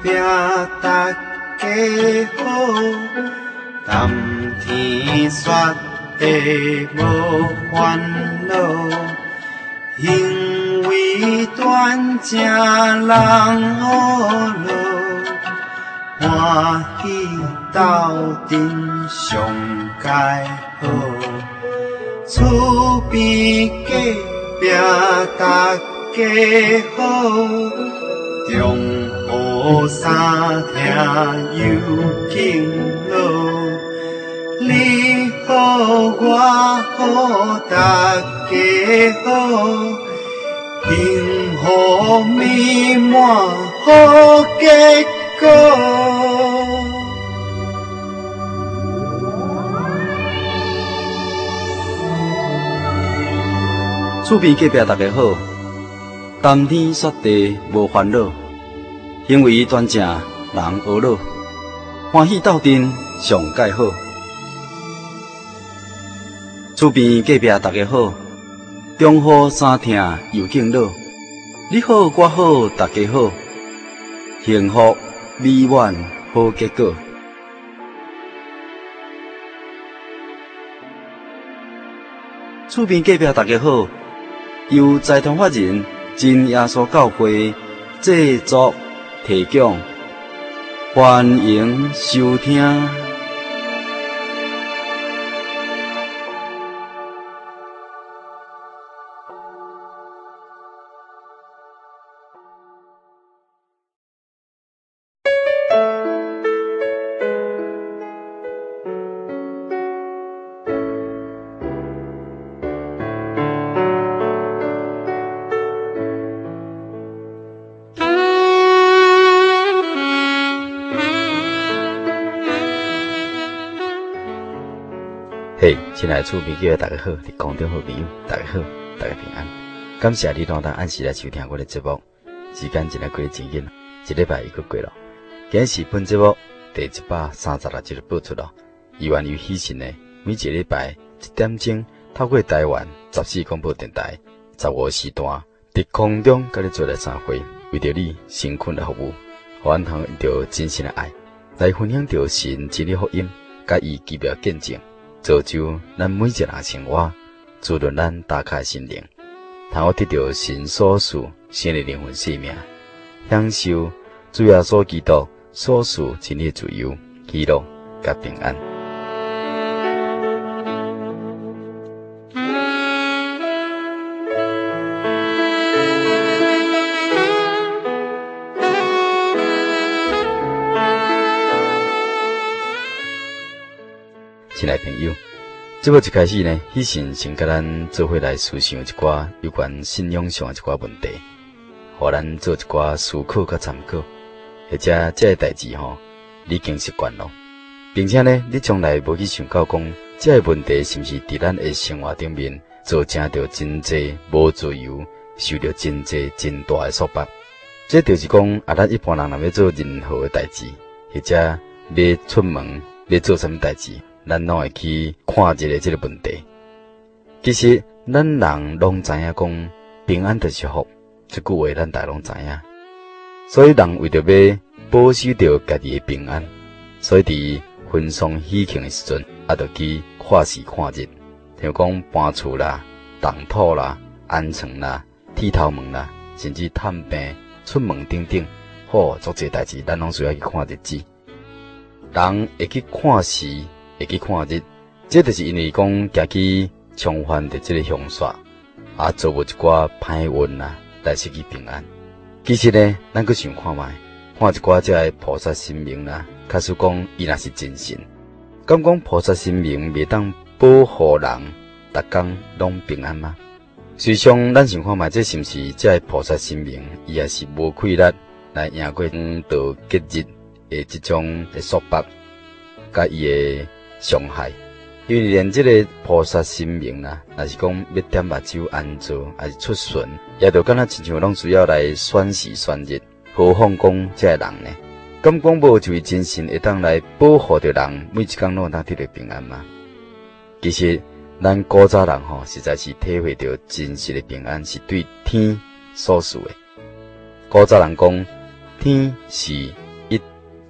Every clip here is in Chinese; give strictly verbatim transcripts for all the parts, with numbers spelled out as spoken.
壁大家好，谈天说地无烦恼，因为断正人好路，欢喜斗阵上佳好，厝边隔壁大家好，中好三听有敬老，你好我好大家好，幸福美满好结果。 厝边隔壁大家好，谈天说地无烦恼，行为端正人和乐，欢喜斗阵上介好。厝边隔壁大家好，中好三听又敬老，你好我好大家好，幸福美满好结果。厝边隔壁大家好，由财团法人真耶稣教会制作提供，欢迎收听。嘿，亲爱的厝边叫大家好，伫空中好朋友，大家好，大家平安。感谢你当当按时来收听我的节目，时间真来过得真紧，一礼拜一个过了。今日是本节目第一百三十六集的播出了。依然有喜讯的，每一个礼拜一点钟，透过台湾十四广播电台十五时段，伫空中甲你做来相会，为着你辛苦的服务，互咱通用着真心的爱来分享着神真理福音，甲伊奇妙见证。造就咱每一个人生活，滋润咱打开心灵，通我得到神所赐新的灵魂生命，享受主耶稣基督所赐真理自由、喜乐甲平安。亲爱的朋友，这么一开始呢，喜神先甲咱做伙来思想一寡有关信仰上的一寡问题，互咱做一寡思考甲参考。或者这个代志吼，你已经习惯了，并且呢，你从来无去想到讲，这个问题是毋是伫咱的生活顶面造成着真济无自由，受着真济真大的束缚。这就是讲，啊，咱一般人若要做任何的代志，或者要出门要做什么代志，咱拢会去看一个这个问题。其实咱人拢知影讲平安就是福，这句话咱大家拢知影。所以人为着要保守着家己的平安，所以伫婚丧喜庆的时阵，啊，着去看时看日，像讲搬厝啦、动土啦、安床啦、剃头毛啦，甚至探病、出门等等，好，足侪代志，咱拢需要去看日子。人会去看时，会去看日，这就是因为讲行去冲犯的这个凶煞，啊，做无一寡歹运啦，来失去平安。其实呢，咱去想看卖，看一寡这个菩萨神明啦，假使讲伊若是真神，敢讲菩萨神明袂当保护人，逐工拢平安吗？实际上，咱想看卖，这是毋是这个菩萨神明，伊也是无气力来赢过黄道吉日的这种的束缚，甲伊的伤害。因为连这个菩萨神明啦，若是讲要点目睭安坐，还是出巡，也就敢若亲像拢需要来选时选日，何况讲这个人呢？敢讲无一位真神会当来保护着人，每一工拢当得到平安吗？其实，咱古早人吼，实在是体会到真实的平安是对天所赐的。古早人讲，天是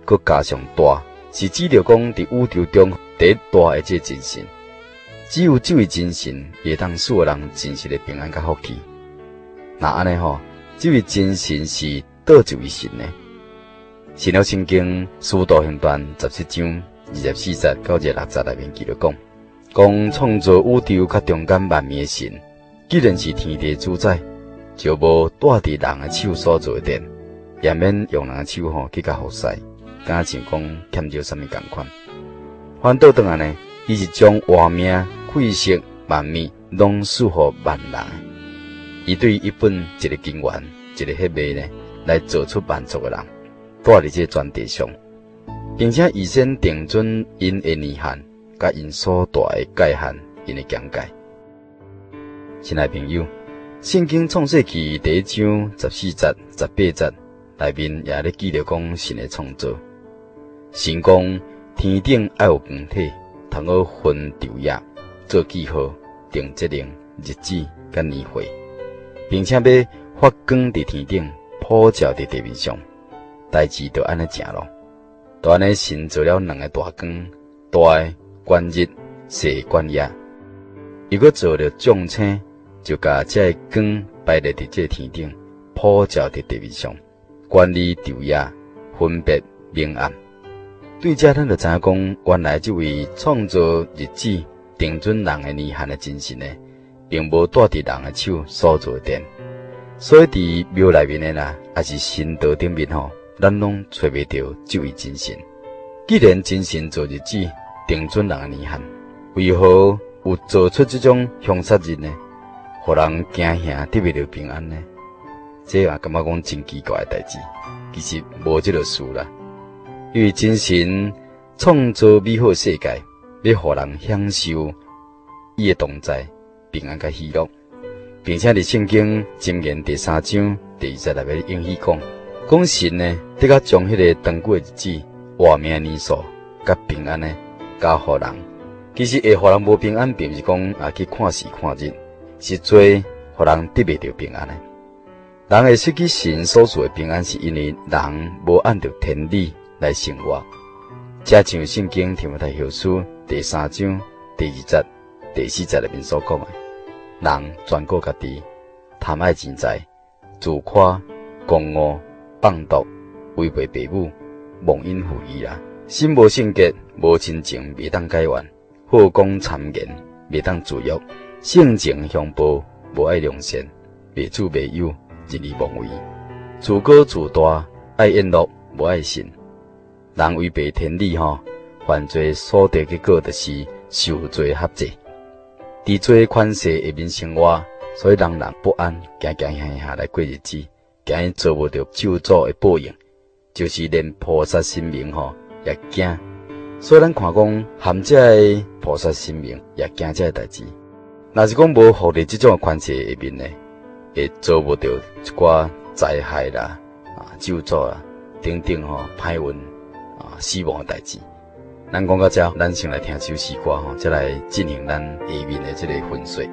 佮加上大，是指着讲伫宇宙中第一大的这真神。只有这位真神会当使人真实的平安甲福气。那安尼吼，这位真神是倒一位神呢？新约圣经使徒行传十七章二十四节到二十六节内面记着讲，讲创造宇宙甲中间万物的神，既然是天地主宰，就无带伫人的手所做的殿，也免用人的手吼去甲服侍，敢像讲欠着什么共款。反倒转来呢，伊是将活命、气息、万物拢赐予万人。伊对一本一个根源、一个迄个呢，来做出万族的人，带伫这全地上，并且预先定准因的年限，甲因所带的界限，因的疆界。亲爱朋友，圣经创世纪第一章十四节、十八节内面也咧记着讲神的创造。神讲天顶要有光体，通好分昼夜，做记号，定节令、日子甲年岁，并且要发光伫天顶，普照伫地面上。代志就安尼成咯。就安尼神做了两个大光，大的管日，小的管夜。如果做了众星，就甲这个光摆列伫这天顶，普照伫地面上，管理昼夜，分别明暗。对这咱就知影讲，原来这位创造日子、定准人的年限的真神呢，并无带伫人的手所做的殿。所以伫庙内面的啦，也是神道顶面吼，咱拢找袂到这位真神。既然真神做日子，定准人的年限，为何有做出这种凶杀日呢？互人惊吓得袂到平安呢？这也感觉讲真奇怪的代志。其实无这个事啦，因为真神创造美好的世界，要互人享受伊的同在、平安甲喜乐，并且伫圣经箴言第三章第二节内面应许讲，讲神呢，得甲将迄个长久的日子、活命年数甲平安呢，交互人。其实会互人无平安，并不是讲啊去看时看日，是做互人得袂到平安的。人会失去神所赐的平安，是因为人无按照天理来生活。正像圣经提摩太后书第三章第二节、第四节里面所讲的，人专顾家己，贪爱钱财，自夸、狂傲、放毒、违背父母、忘恩负义啦，心无圣洁，无亲情，未当改愿，好讲谄言，未当自约，性情凶暴，无爱良善，袂主袂友，任意妄为，自高自大，爱宴乐，无爱神。人违背天理吼，犯罪所得结果就是受罪合罪。伫做款势下面生活，所以人人不安，惊惊吓吓来过日子，惊伊做无着咒诅的报应，就是连菩萨神明吼也惊。所以咱看讲含这个菩萨神明也惊这个代志。若是讲无护伫这种款势下面呢，会做无着一寡灾害啦、啊咒诅啦等等吼歹运啊死亡的代志。咱讲到这，咱先来听首诗歌吼，再来进行咱下面的这个分析。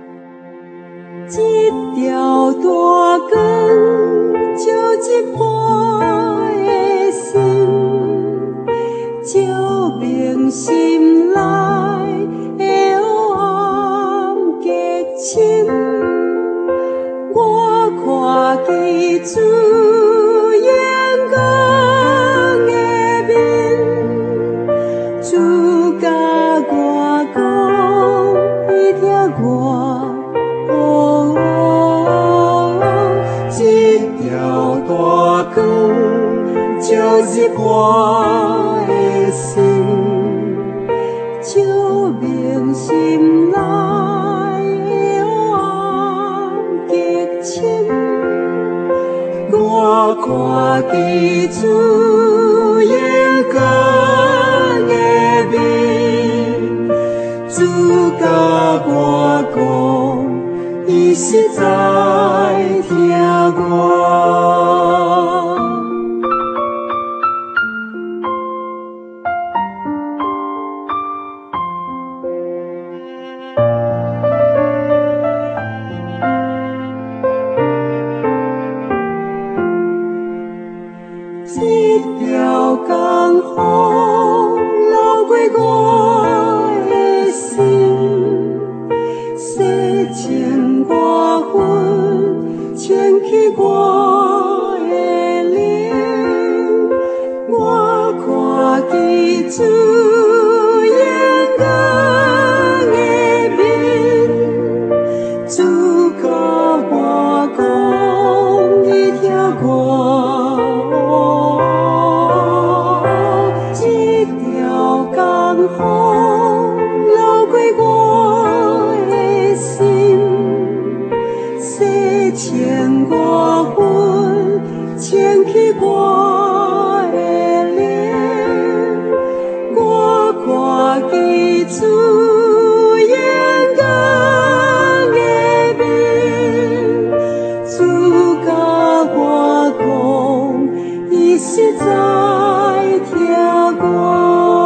一条大光照一般的心，照明心内的黑暗结清。我看见主阳光的面，主甲我讲，伊听我。一条大光照一般的心，照明心内的黑暗结清。我看见主阳光的面，主甲我讲，伊实在听我。一雨流过我的心，洗净我魂，牵起我的灵。我看见主阳光的面，主甲我讲，伊听我。一条江河流过我的心，洗净我魂，牵起我的灵。我看见主阳光的面，主甲我讲，伊实在听我。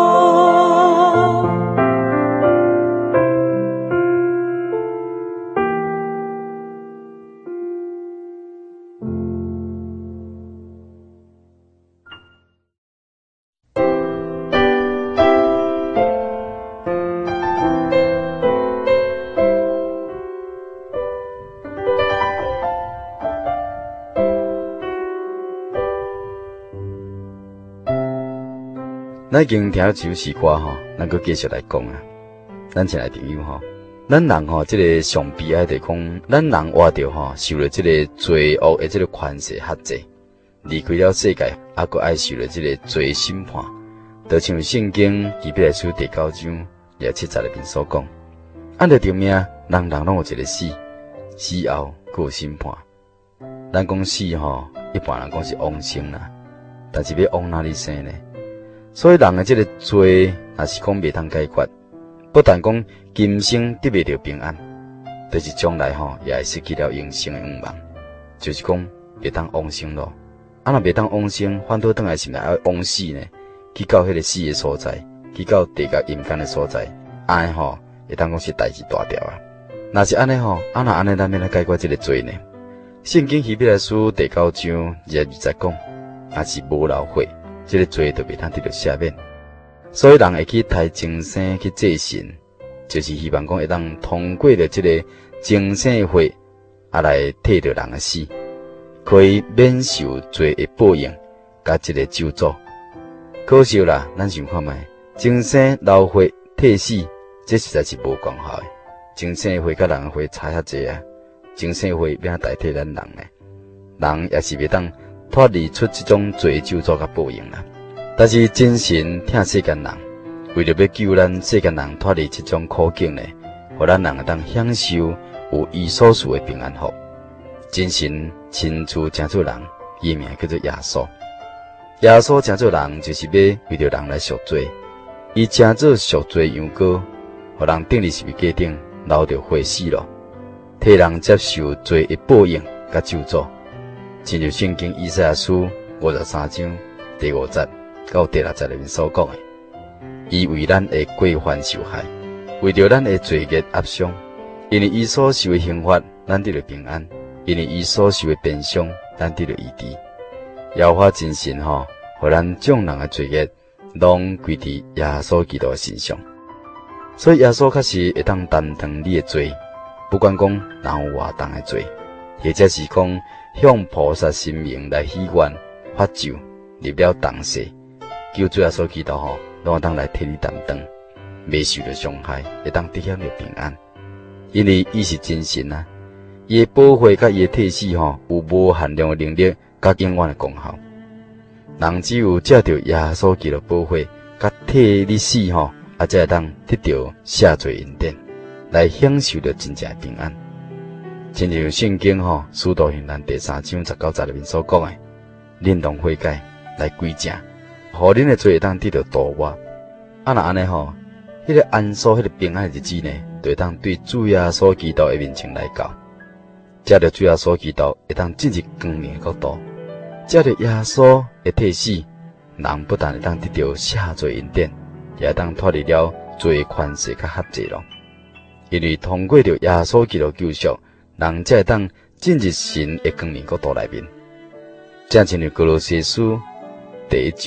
咱已经听了几首诗歌吼，咱搁继续来讲啊。咱亲爱的朋友吼，咱人吼，这个上悲哀的讲，咱人活着吼，受了这个罪恶的这个权势辖制，离开了世界，还搁爱受了这个罪审判。就像圣经希伯来书第九章廿七节里面所讲，按着条命，人人拢有一个死，死后搁有审判。咱讲死吼，一般人讲是往生啦，但是要往哪里生呢？所以人的这个罪，若是讲袂通解决，不但讲今生得袂到平安，就是将来吼也会失去了永生的愿望，就是讲袂当往生咯。啊，若袂当往生，反倒转来是毋是爱往死呢？去到迄个死的所在，去到地狱阴间的所在，安尼吼会当讲是代志大条啊。若是安尼吼，啊若安尼咱要来解决这个罪呢？圣经希伯来书第九章廿二节讲，若是无流血。这个罪就袂通得到赦免，所以人会去抬精神去祭神，就是希望讲会当通过着这个精神的血，啊来替着人的死，可以免受罪的报应，甲这个咒诅。可惜啦，咱想看觅，精神流血替死，这实在是无功效的。精神的血甲人的血差遐济啊，精神的血要代替咱人呢，人也是袂当脱离出这种罪咒诅甲报应啦。但是真神疼世间人，为了要救咱世间人脱离这种苦境呢，互咱人会当享受有伊所赐的平安福。真神亲自成做人，伊名叫做耶稣。耶稣成做人，就是要为着人来赎罪。伊成做赎罪羊羔，互人顶伫十字架顶流着血死咯，替人接受罪的报应甲咒诅。亲像圣经以赛亚书五十三章第五节到第六节里面所讲的，伊为咱的过犯受害，为着咱的罪孽压伤，因为伊所受的刑罚，咱得了平安；因为伊所受的鞭伤，咱得了医治。耶和华真神吼，互咱众人的罪孽拢归伫耶稣基督的身上，所以耶稣确实会当担当你的罪，不管讲人有偌重的罪，或者是讲向菩萨神明来许愿发咒，入了重世，求主耶稣基督吼，拢会当来替你担当，未受到伤害，会当得享着平安。因为伊是真神啊，伊的保护甲伊的替死吼，有无限量的能力甲永远的功效。人只有借着耶稣基督保护，甲替你死吼，啊才会当得到赦罪恩典，来享受着真正的平安。亲像圣经吼，使徒行传第三章十九节里面所讲的，恁当悔改来归正，互恁的罪会当得到度化。啊若安尼吼，迄、那个安舒、迄、那个平安的日子呢，就会当对主耶稣基督的面前来到。借着主耶稣基督会当进入光明的国度，借着耶稣的替死，人不但会当得到赦罪恩典，也会当脱离了罪权势甲辖制咯。因为通过着耶稣基督救赎，人才会当进入神的光明国度内面。正像《哥罗西書》第一章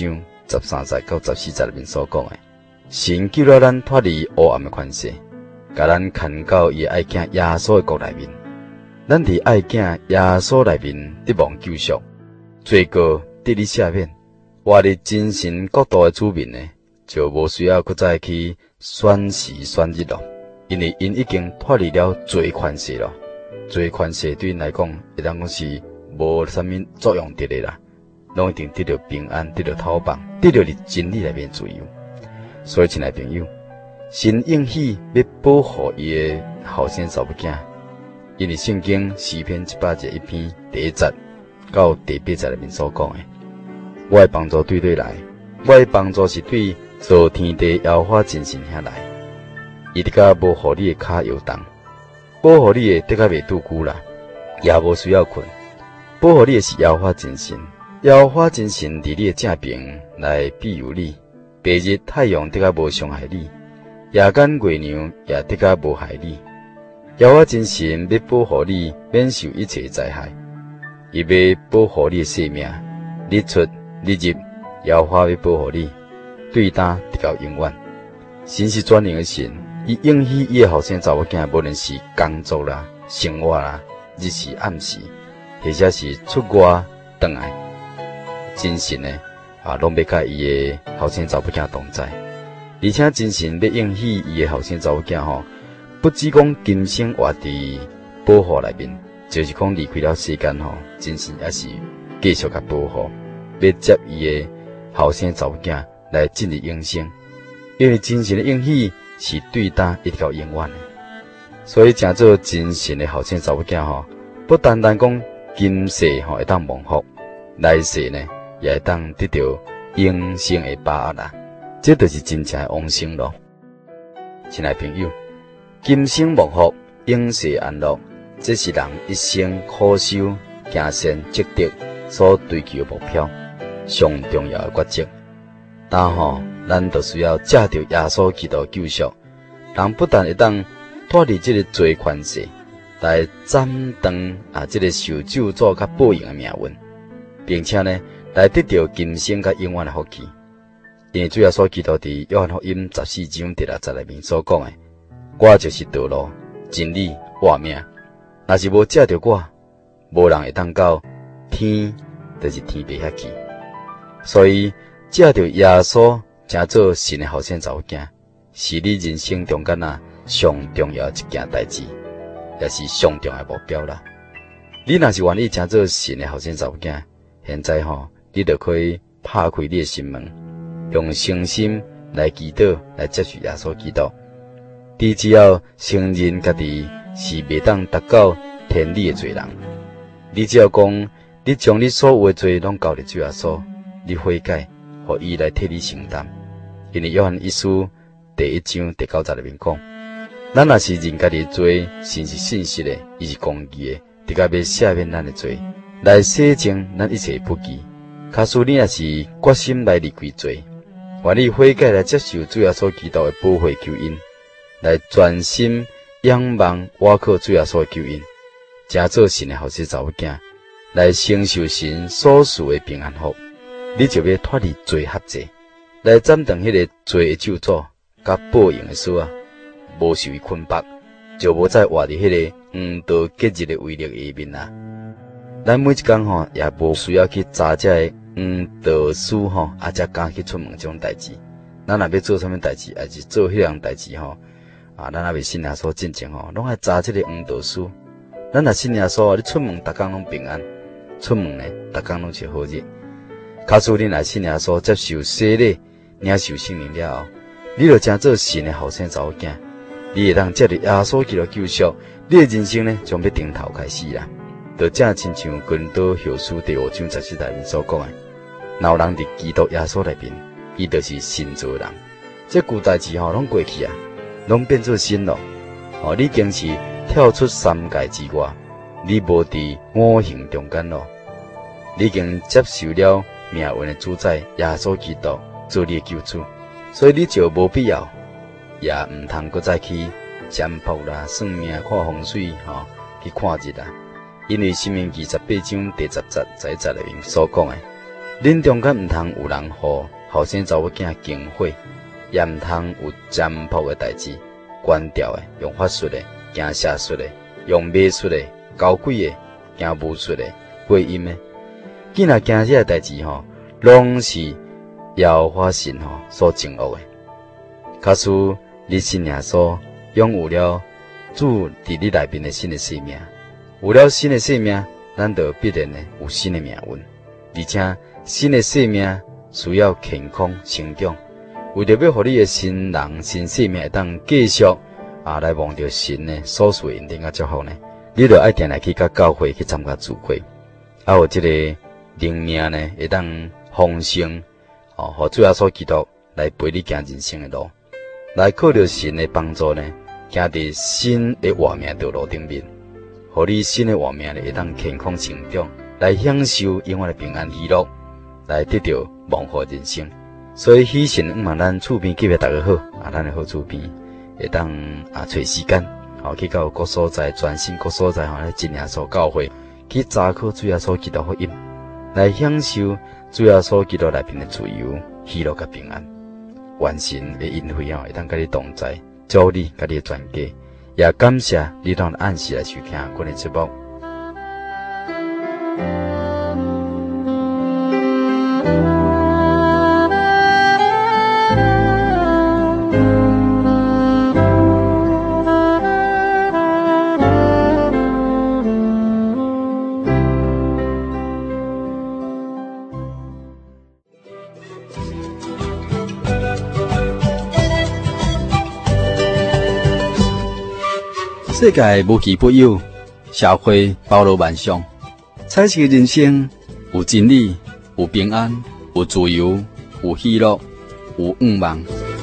十三节到十四节里面所讲的，神救了咱脱离黑暗的权势，甲咱牵到伊爱囝耶稣的国内面。咱伫爱囝耶稣内面得蒙救赎，罪过得以赦免。活入真神国度的子民呢，就无需要搁再去选时选日咯，因为因已经脱离了罪权势咯。罪权势对因来讲，会当讲是无啥物作用得的啦，拢一定得到平安，得到讨帮，得到伫真理内面自由。所以，亲爱朋友，神应许要保护伊的后生查某囝，因为圣经诗篇一百一十一篇第一节到第八节里面所讲的。我的帮助对对来，我的帮助是对造天地耶和华真神遐来。伊得甲无互你的骹摇动，保护你的得甲袂拄久啦，也无需要困。保护你的是耶和华真神，耶和华真神伫你的正边来庇佑你，白日太阳得甲无伤害你，夜间月亮也得甲无害你。耶和华真神要保护你免受一切灾害，伊要保护你的性命，日出日入，耶和华要保护你，对担直到永远。神是全能的神，伊应许伊的后生查某囝，无论是工作啦、生活啦、日时暗时，或者是出外转来，真神呢啊，拢要甲伊的后生查某囝同在。而且真神要应许伊的后生查某囝吼，不只讲今生活伫保护内面，就是讲离开了世间吼，真神也是继续甲保护。要接伊的后生查某囝来进入永生，因为真神的应许是对担一直到永远的，所以诚做真神的后生查某囝吼，不单单讲今世吼会当蒙福，来世呢也会当得到永生的把握啦，这就是真正的往生咯。亲爱朋友，今生蒙福，永世安乐，这是人一生苦修行善积德所追求的目标。上重要的决策，但吼，咱就需要借着耶稣基督救赎，人不但会当脱离这个罪权势，来斩断啊这个受咒诅甲报应的命运，并且呢，来得到今生甲永远的福气。因为主耶稣基督伫约翰福音十四章第六节里面所讲的，我就是道路、真理、活命。若是无借着我，无人会当到天，就是天袂遐去。所以，借着耶稣，诚做神的后生查某囝，是你人生中间啊上重要一件代志，也是上重要的目标啦。你若是愿意诚做神的后生查某囝，现在吼，你就可以拍开你的心门，用诚心来祈祷，来接受耶稣基督。你只要承认家己是袂当达到天理的罪人，你只要讲，你将你所有的罪拢交伫主耶稣。你悔改，互伊来替你承担。因为约翰一书第一章第九节里面讲，咱若是认家己的罪，神是信实的，伊是公义的，直到要赦免咱的罪，来洗净咱一切不义。假使你若是决心来离开罪，愿意悔改来接受主耶稣基督的宝血救恩，来专心仰望倚靠主耶稣的救恩，诚做神的后生查某囝，来承受神所赐的平安福。你就要脱离罪合罪，来斩断迄个罪的咒诅，甲报应的事啊，无受伊捆绑，就无再活伫迄个黄道吉日的威力下面啦。咱每一工吼，也无需要去查这个黄道书吼，啊，才敢去出门这种代志。咱若要做啥物代志，还是做迄样代志吼，啊，咱也未信耶稣进前吼，拢爱查这个黄道书。咱若信耶稣，你出门逐工拢平安，出门呢逐工拢是好日。假使你若信耶稣，接受洗礼，领受圣灵了后，你就诚做神的后生查某囝，你会当接着耶稣基督救赎，你的人生呢，从要顶头开始啦。就正亲像哥林多后书第五章十四节里面所讲的，若有人伫基督耶稣内面，伊就是新造人。这旧代志吼，拢过去啊，拢变做新咯。哦，你已经是跳出三界之外，你无伫五行中间咯，你已经接受了命运的主宰耶稣基督做你的救主，所以你就无必要，也毋通搁再去占卜啦、算命、看风水吼、哦，去看日啦。因为《申命记》十八章第十节、十一节里面所讲的， 恁中间毋通有人互后生查某囝经火，也毋通有占卜的代志，关掉的、用法术的、行邪术的、用秘术的、交鬼的、行巫术的、过阴的，既若惊这个代志吼，拢是妖化神吼所증恶的。假使你信耶稣，拥有了主伫你内面的新的生命，有了新的生命，咱就必然呢有新的命运，而且新的生命需要健康成长。为着要互你的新人新生命会当继续啊来望着神呢所赐恩典甲祝福呢，你就爱定来去甲教会去参加聚会，啊有这个灵命呢会当丰盛，哦，互主耶稣基督来陪你行人生的路，来靠着神的帮助呢，行伫新的活命道路顶面，互你新的活命呢会当健康成长，来享受永远的平安喜乐，来得到蒙福人生。所以喜神毋望咱厝边隔壁大家好，啊，咱的好厝边会当啊找时间，吼、哦、去到各所在，全省各所在吼来真耶稣教会，去查考主耶稣基督福音，来享受主耶稣基督内面的自由、喜乐甲平安。愿神的恩惠吼会当甲你同在，祝你甲你的全家，也感谢你当按时来收听阮的节目。 世界无奇不有，社会包罗万象，彩色人生有真理，有平安，有自由，有喜乐，有愿望。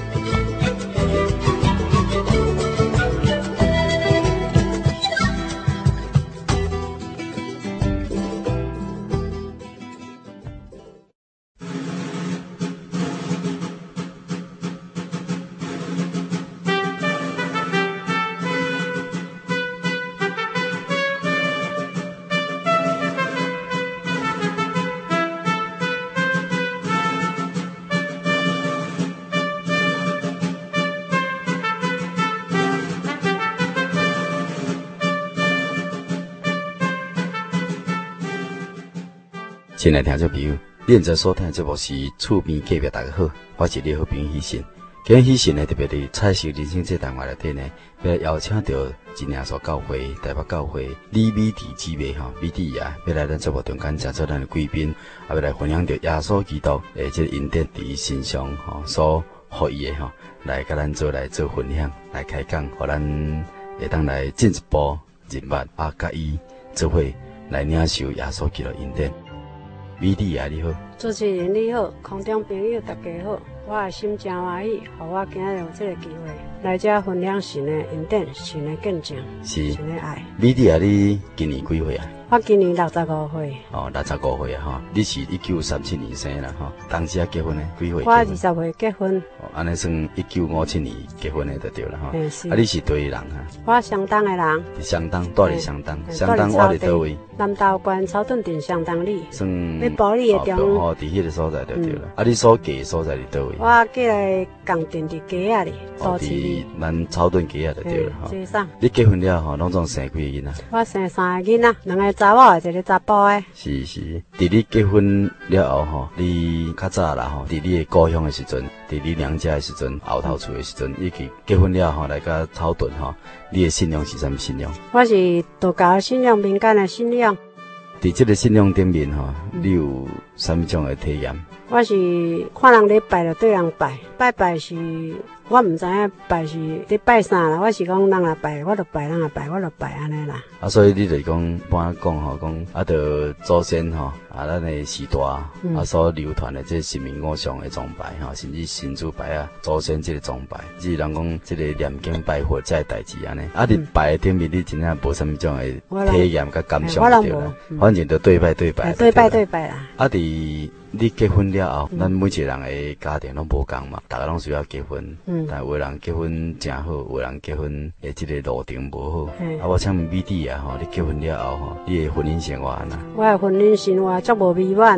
亲爱的听众朋友，你现在所听的节目是厝边隔壁大家好，我是你好朋友喜信。今日喜信呢，特别伫彩色人生这单元内底呢，要邀请到真耶稣教会台北教会李美娣姊妹吼，美娣啊，要来咱节目中间请做咱的贵宾，啊，要来分享着耶稣基督诶，这个恩典伫伊身上吼所予伊诶吼，来甲咱做来做分享，来开讲，互咱会当来进一步认捌啊，甲伊做伙来领受耶稣基督恩典。美娣啊，你好， 主持人你好，空中朋友大家好，我的心真欢喜，互我今日有这个机会来这分享神的恩典、神的见证、 是神的爱。 美娣啊，你今年几岁啊？ 我今年六十五岁。 哦，六十五岁啊，吼，你是一九三七年生啦，吼，当时啊结婚呢，几岁？ 我二十岁结婚。 哦，安尼算一九五七年结婚的就对了，吼。 嗯，是。 啊，你是对人啊？ 我相当的人。 是相当，住伫相当，相当我伫倒位？ 南投县草屯镇相当里。 算。 你保利的中。 哦，伫迄个所在就对了。啊，你所嫁所在伫倒位？ 我嫁来港镇伫鸡仔里， 哦，伫咱草屯鸡仔就对了，吼。 是啥？ 你结婚了吼，拢总生几个囡仔？ 我生三个囡仔，两个查某，一个查甫的。 是是，伫你结婚了后吼，你较早啦吼，伫你的故乡的时阵，伫你娘家的时阵，后头厝的时阵，以及结婚了后来甲草屯吼，你的信仰是啥物信仰？ 我是道教的信仰，民间的信仰。 伫这个信仰顶面吼，你有啥物种的体验？ 我是看人咧拜就对人拜，拜拜是我毋知影拜是咧拜啥啦。我是讲人来拜，我就拜；人来拜，我就拜安尼啦。 啊，所以你就是讲，般讲吼，讲啊，着祖先吼，啊，咱的时代、嗯、啊所流传的这神明偶像的崇拜吼，甚至神主牌啊，祖先这个崇拜，只是人讲这个念经拜佛这代志安尼。啊，你拜的顶面你真正无啥物种的体验甲感想对啦，嗯、反正就对拜对拜。 对拜对拜啦。 啊，伫你结婚了后，咱、嗯、每一个人的家庭拢无共嘛，大家拢需要结婚。嗯。但有的人结婚真好，有的人结婚的这个路程无好。嗯。啊，我请问美娣啊，吼，你结婚了后吼，你的婚姻生活安那？ 我的婚姻生活足无美满的。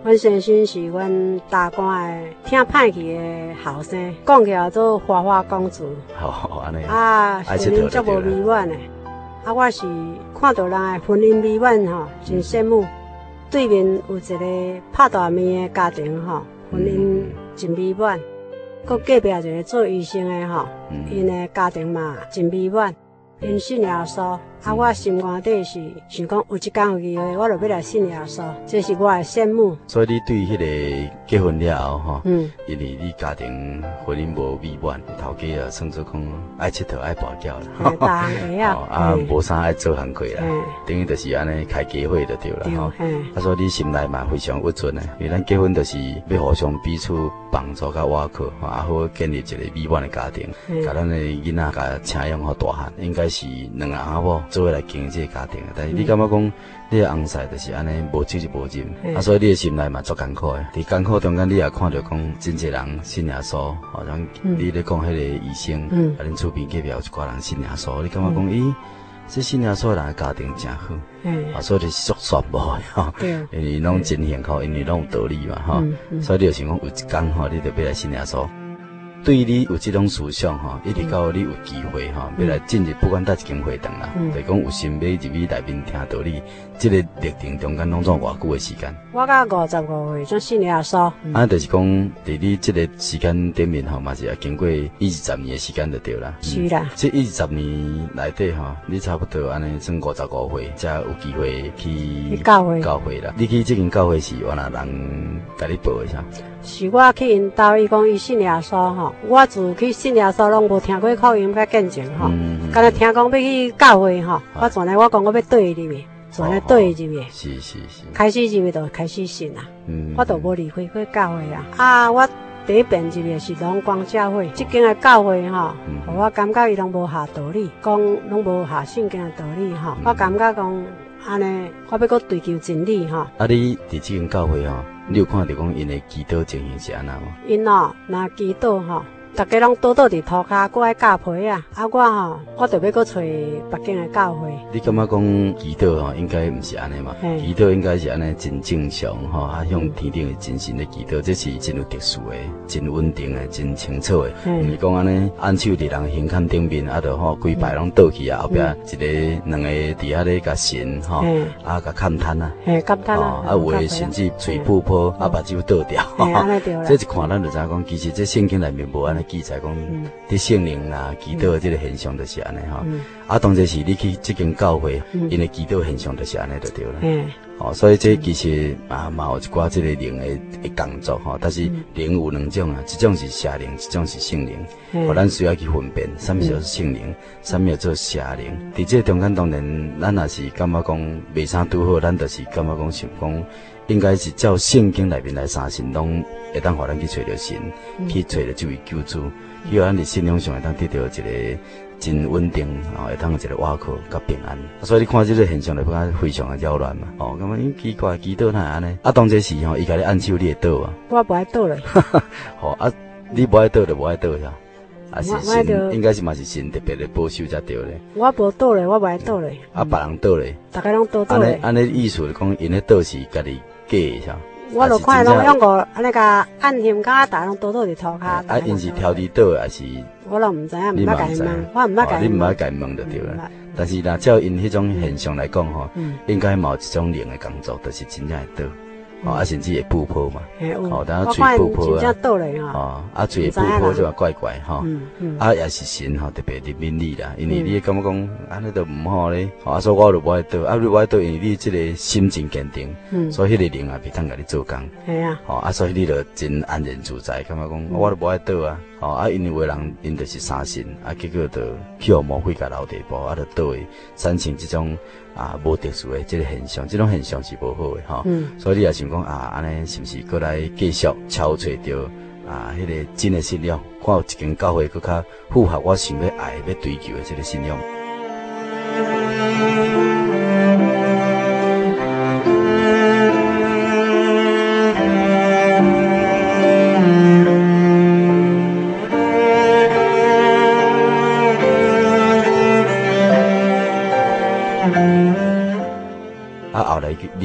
阮先生是阮大官的听歹去的后生，讲起来做花花公主。 好，安尼。 啊，婚爱佚佗姻足无就对了。 美满的。啊，我是看到人的婚姻美满吼，真羡慕。对面有一个拍大面的家庭吼，婚姻真美满。佮隔壁一个做医生的吼，因的家庭嘛真美满。因信耶稣，啊，我心肝底是想讲，有一天有机会，我就要来信耶稣，这是我的羡慕。 所以你对迄个结婚了后吼， 嗯， 因为你家庭婚姻无美满，头家啊，算做讲爱佚佗爱跋筊啦， 嘿，逐项会啊， 哦啊，无啥爱做行规啦嘿， 等于就是安尼开家会就对了吼。 嘿， 啊，所以你心内嘛非常郁准的，因为咱结婚就是要互相彼此帮助甲瓦靠，吼，啊好建立一个美满的家庭，甲咱的囡仔甲请养好大汉，应该是两个阿某做伙来经营这个家庭的。但是你感觉讲你的翁婿就是安尼无酒就无啉，啊，所以你的心内嘛足艰苦的。伫艰苦中间，你也看到讲真侪人信耶稣，好像你咧讲迄个医生，啊，恁厝边隔壁有一寡人信耶稣，你感觉讲咦？这信耶稣人的家庭真好，啊，所以就是足羡慕的吼，因为拢真幸福，因为拢有道理嘛吼，所以你就想讲有一天吼，你就要来信耶稣。对于你有这种思想吼，一直到你有机会吼，要来进入不管哪一间会堂啦，就是讲有心要入去内面听道理，这个历程中间拢总偌久的时间？ 我到五十五岁才信耶稣。 啊，就是讲伫你这个时间顶面吼，嘛是也经过一二十年的时间就对啦。 是啦， 这一二十年内底吼，你差不多安尼算五十五岁才有机会去教会教会啦。你去这间教会是原来人甲你报的啥？ 是我去因兜，伊讲伊信耶稣吼，我自去信耶稣拢无听过福音甲见证吼，敢若听讲要去教会吼，我转来我讲我要对伊入去，转来对伊入去， 是是是， 开始入去就开始信啦， 嗯， 我都无离开过教会啊。啊，我第一遍入去是龙光教会，即间的教会吼，互我感觉伊拢无下道理，讲拢无下圣经的道理吼，我感觉讲安尼，我要搁追求真理吼。 啊，你伫这间教会吼？你有看到讲因的祈祷情形是安那无？ 因哦，若祈祷吼，大家拢倒倒伫涂骹，搁爱教培啊。啊，我吼，我着要搁找别间的教会。 你感觉讲祈祷吼，应该毋是安尼嘛？祈祷应该是安尼真正常吼，啊，向天顶的真神的祈祷，这是真有特殊的、真稳定的、真清楚的。毋是讲安尼按手伫人胸坎顶面，啊，着吼规排拢倒去啊，后壁一个两个伫遐咧甲神吼，啊，甲勘探啊， 嘿，勘探啊， 啊，有诶甚至嘴破破，啊，目睭倒掉，这一看咱就知影讲，其实这圣经内面无安尼记载讲，伫圣灵啊祈祷的这个现象就是安尼吼。啊，当然是你去这间教会，因为祈祷现象就是安尼就对了。哦，所以这其实啊，嘛有一寡这个灵的的工作吼，但是灵有两种啊，一种是邪灵，一种是圣灵。哦，咱需要去分辨，什么叫做圣灵，什么叫做邪灵。伫这中间当然，咱也是感觉讲未啥拄好，咱就是感觉讲想讲，应该是照圣经内面来相信，拢会当互咱去找到神，去找到这位救主，希望咱伫信仰上会当得到一个真稳定，哦，会当有一个瓦靠甲平安。所以你看这个现象就感觉非常的扰乱嘛。哦，感觉因奇怪，祈祷哪会安尼？啊，当这时吼，伊甲你按手，你会倒啊？ 我不爱倒嘞。 吼啊，你不爱倒就无爱倒呀？啊是神，应该是嘛是神特别的保守才对咧。 我无倒嘞，我不爱倒嘞。 啊，别人倒咧。 大家拢倒倒嘞。 安尼安尼意思就讲，因咧倒是家己假的啥？ 我就看拢用个安尼个按胸骹，大拢倒倒伫涂骹。 啊，因是挑伫倒还是？ 我拢毋知影，毋捌甲伊问，我毋捌甲伊问。 你毋捌甲伊问就对了。但是若照因迄种现象来讲吼，应该嘛有一种灵的工作，就是真正会倒。哦，啊，甚至会布破嘛，哦，等下嘴布破啊，哦，啊，嘴布破就话怪怪哈，啊，也是神吼，特别的敏利啦，因为你感觉讲安尼都唔好咧，啊，所以我就不爱倒，啊，你不爱倒，因为你这个心真坚定，所以迄个灵也袂当甲你做工，系啊，哦，啊，所以你就真安然自在，感觉讲我都不爱倒啊，哦，啊，因为有人因就是相信，啊，结果就去互魔鬼甲留地步，啊，就倒会产生这种。啊，无特殊的这个现象，这种现象是无好的哈。嗯，所以你也想讲啊，安尼是不是过来继续敲找到啊，迄、那个真的信仰，看有一间教会更较符合我想要爱、要追求的这个信仰。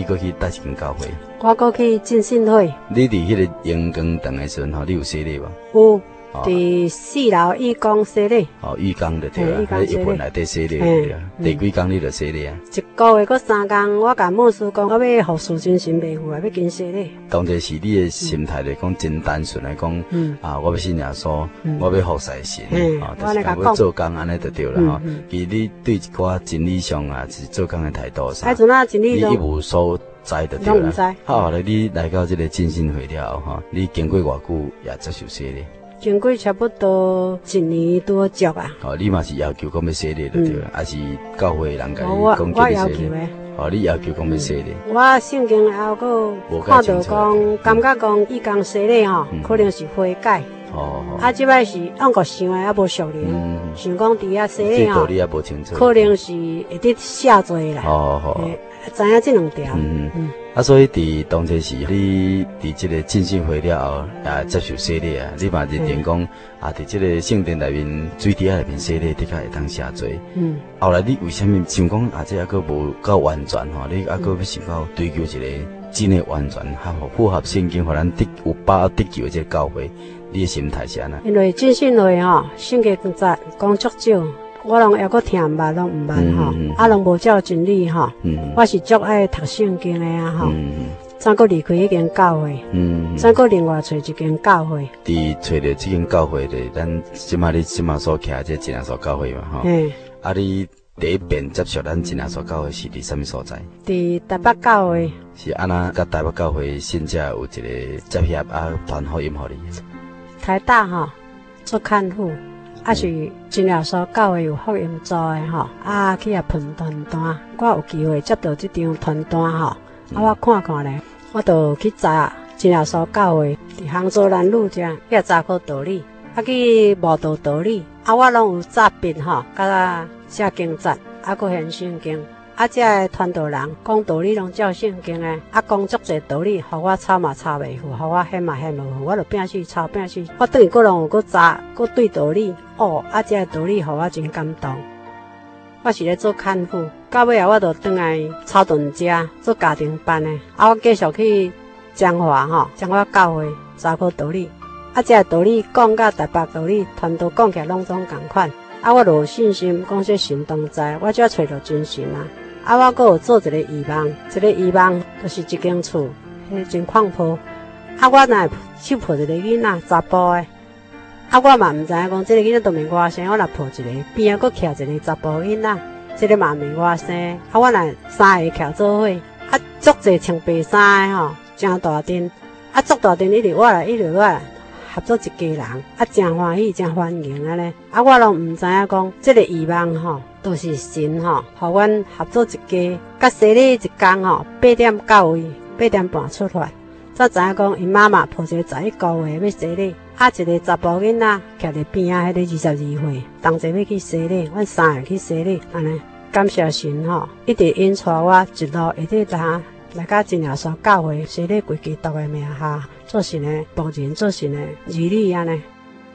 搁去倒一间教会？ 我过去浸信会， 你伫迄个阳光堂的时阵吼，你有洗礼无？ 有伫四楼义工洗礼。 哦，浴缸就对啦， 迄迄一盆内底洗礼对啦，第几工你就洗礼啊？ 一个月搁三工，我甲牧师讲，我要服侍真神袂赴啊，要紧洗礼。 当这是你的心态来讲，真单纯来讲，啊，我要信耶稣，我要服侍神，啊，就是讲要做工安尼就对了吼。其实你对一寡真理上啊，是做工的态度上，你一无所知就对啦。好咧，你来到这个真心会了后吼，你经过偌久也接受洗礼？ 经过差不多一年多足啊。 哦，你嘛是要求讲要洗礼就对了，还是教会人甲你讲叫你洗礼？ 哦，你要求讲要洗礼。 我圣经还有个看到讲，感觉讲伊讲洗礼吼，可能是悔改。哦。啊，即摆是按个想的还无熟练，想讲伫遐洗礼吼，可能是会得下罪啦。哦哦。知影这两条。嗯嗯。 啊，所以伫当初时，你伫这个浸信会了后，也接受洗礼啊。你嘛认定讲，啊，伫这个圣殿内面、水池内面洗礼，的确会当下罪。嗯。后来你为什么想讲啊？这还阁无够完全吼？你还阁要想到追求一个真的完全，还符合圣经，互咱得有把握得救的这个教会，你的心态是安怎？ 因为浸信会吼，圣经在讲足少。我拢还阁听毋捌，拢毋捌吼，啊，拢无照真理吼。我是足爱读圣经的啊吼。怎阁离开迄间教会？怎阁另外找一间教会？ 伫找着这间教会的，咱即马你即马所徛这真耶稣教会嘛吼。嗯。啊，你第一遍接触咱真耶稣教会是伫什么所在？ 伫台北教会。 是安那？甲台北教会信者有一个接洽啊，传福音互你。 台大吼做看护。啊是真耶稣教会有福音做的吼，啊去遐分传单，我有机会接到这张传单吼，啊我看看咧，我就去查真耶稣教会伫杭州南路遮，遐查考道理，啊去慕道道理，啊我拢有查笔吼，甲写经节，啊搁现圣经。啊，这个传道人讲道理拢照圣经诶，啊讲足侪道理，互我抄嘛抄袂赴，互我显嘛显袂赴，我就拼去抄拼去。我等于个人有个查，个对道理，哦，啊这个道理互我真感动。我是咧做看护，到尾啊我就转来草屯遮做家庭班诶，啊我继续去彰化吼，彰化教会查考道理，啊这个道理讲甲台北道理传道讲起来拢总共款，啊我就有信心，讲说神同在，我才找到真神啊。啊，我阁有做一个遗忘，一个遗忘就是一间厝，迄真旷坡。啊，我若去抱一个囡仔，查甫诶，啊，我嘛毋知影讲，这个囡仔都免我生，我若抱一个，边仔阁徛一个查甫囡仔，这个嘛免我生。啊，我若三个徛做伙，啊，足侪穿白衫诶吼，真大阵，啊，足大阵一直我来一直我来。合作一家人，啊，真欢喜，真欢迎安尼。啊，我拢毋知影讲，这个遗忘吼，都是神吼，互阮合作一家，甲洗礼一工吼，八点到位，八点半出发，才知影讲，因妈妈抱一个十一个月要洗礼，啊，一个查甫囡仔徛伫边仔，迄个二十二岁，同齐要去洗礼，阮三个去洗礼，安尼。感谢神吼，一直引带我一路一直来。来到真耶稣教会，洗礼归基督的名下，做神的仆人，做神的儿女安尼。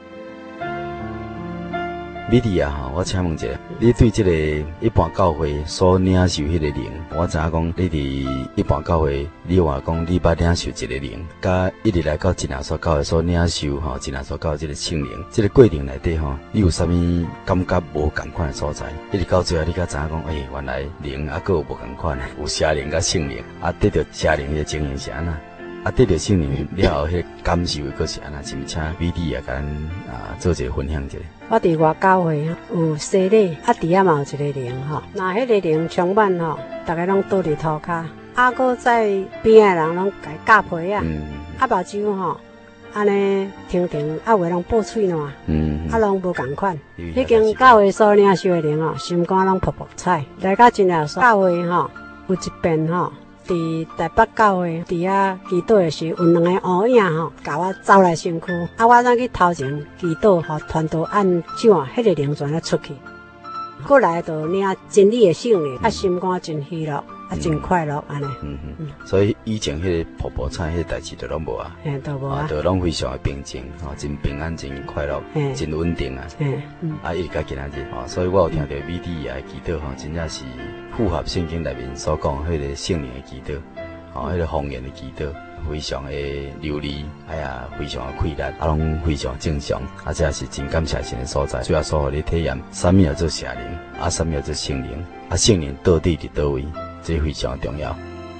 米莉啊，吼，我请问一下，你对这个一般教会所领受迄个灵，我知影讲你伫一般教会，你话讲你捌领受一个灵，甲一直来到真耶稣教会所领受吼，真耶稣教会这个圣灵，这个过程内底吼，你有啥物感觉无共款的所在？一直到最后，你才知影讲，诶、欸，原来灵啊，佫有无共款的，有邪灵甲圣灵，啊，得到邪灵的情形是安那？啊，得到圣灵了后，迄个感受佫是安那？是毋请米莉也甲咱啊做一个分享一下。 我伫外教会有洗礼，啊，伫遐嘛有一个灵吼，那迄个灵充满吼，大家拢倒伫涂骹，啊，搁在边诶人拢甲伊夹皮啊，啊，目睭吼，安尼停停，啊，有诶人爆喙烂，啊，拢无共款。迄间教会所领受诶灵吼，心肝拢噗噗彩。来到真耶稣教会吼，有一遍吼。伫台北教会伫遐祈祷的时，有两个乌影吼，甲我走来身躯，啊，我怎去头前祈祷，互传道按手啊，迄个灵全咧出去。过来就领真理的圣灵，啊，心肝真喜乐，啊，真快乐安尼。嗯嗯。所以以前迄个婆婆菜迄个代志就拢无啊， 嘿，都无啊， 就拢非常的平静，吼，真平安，真快乐，真稳定啊。嗯嗯。啊，一直到今仔日，吼，所以我有听到米蒂也祈祷吼，真正是符合圣经内面所讲迄个圣灵的祈祷。 吼，迄个方言的祈祷。非常的流利，哎呀，非常的快乐，啊，拢非常正常，啊，这也是真感谢神的所在。主要说，互你体验，什么叫做邪灵，啊，什么叫做圣灵，啊，圣灵到底伫倒位，这非常重要。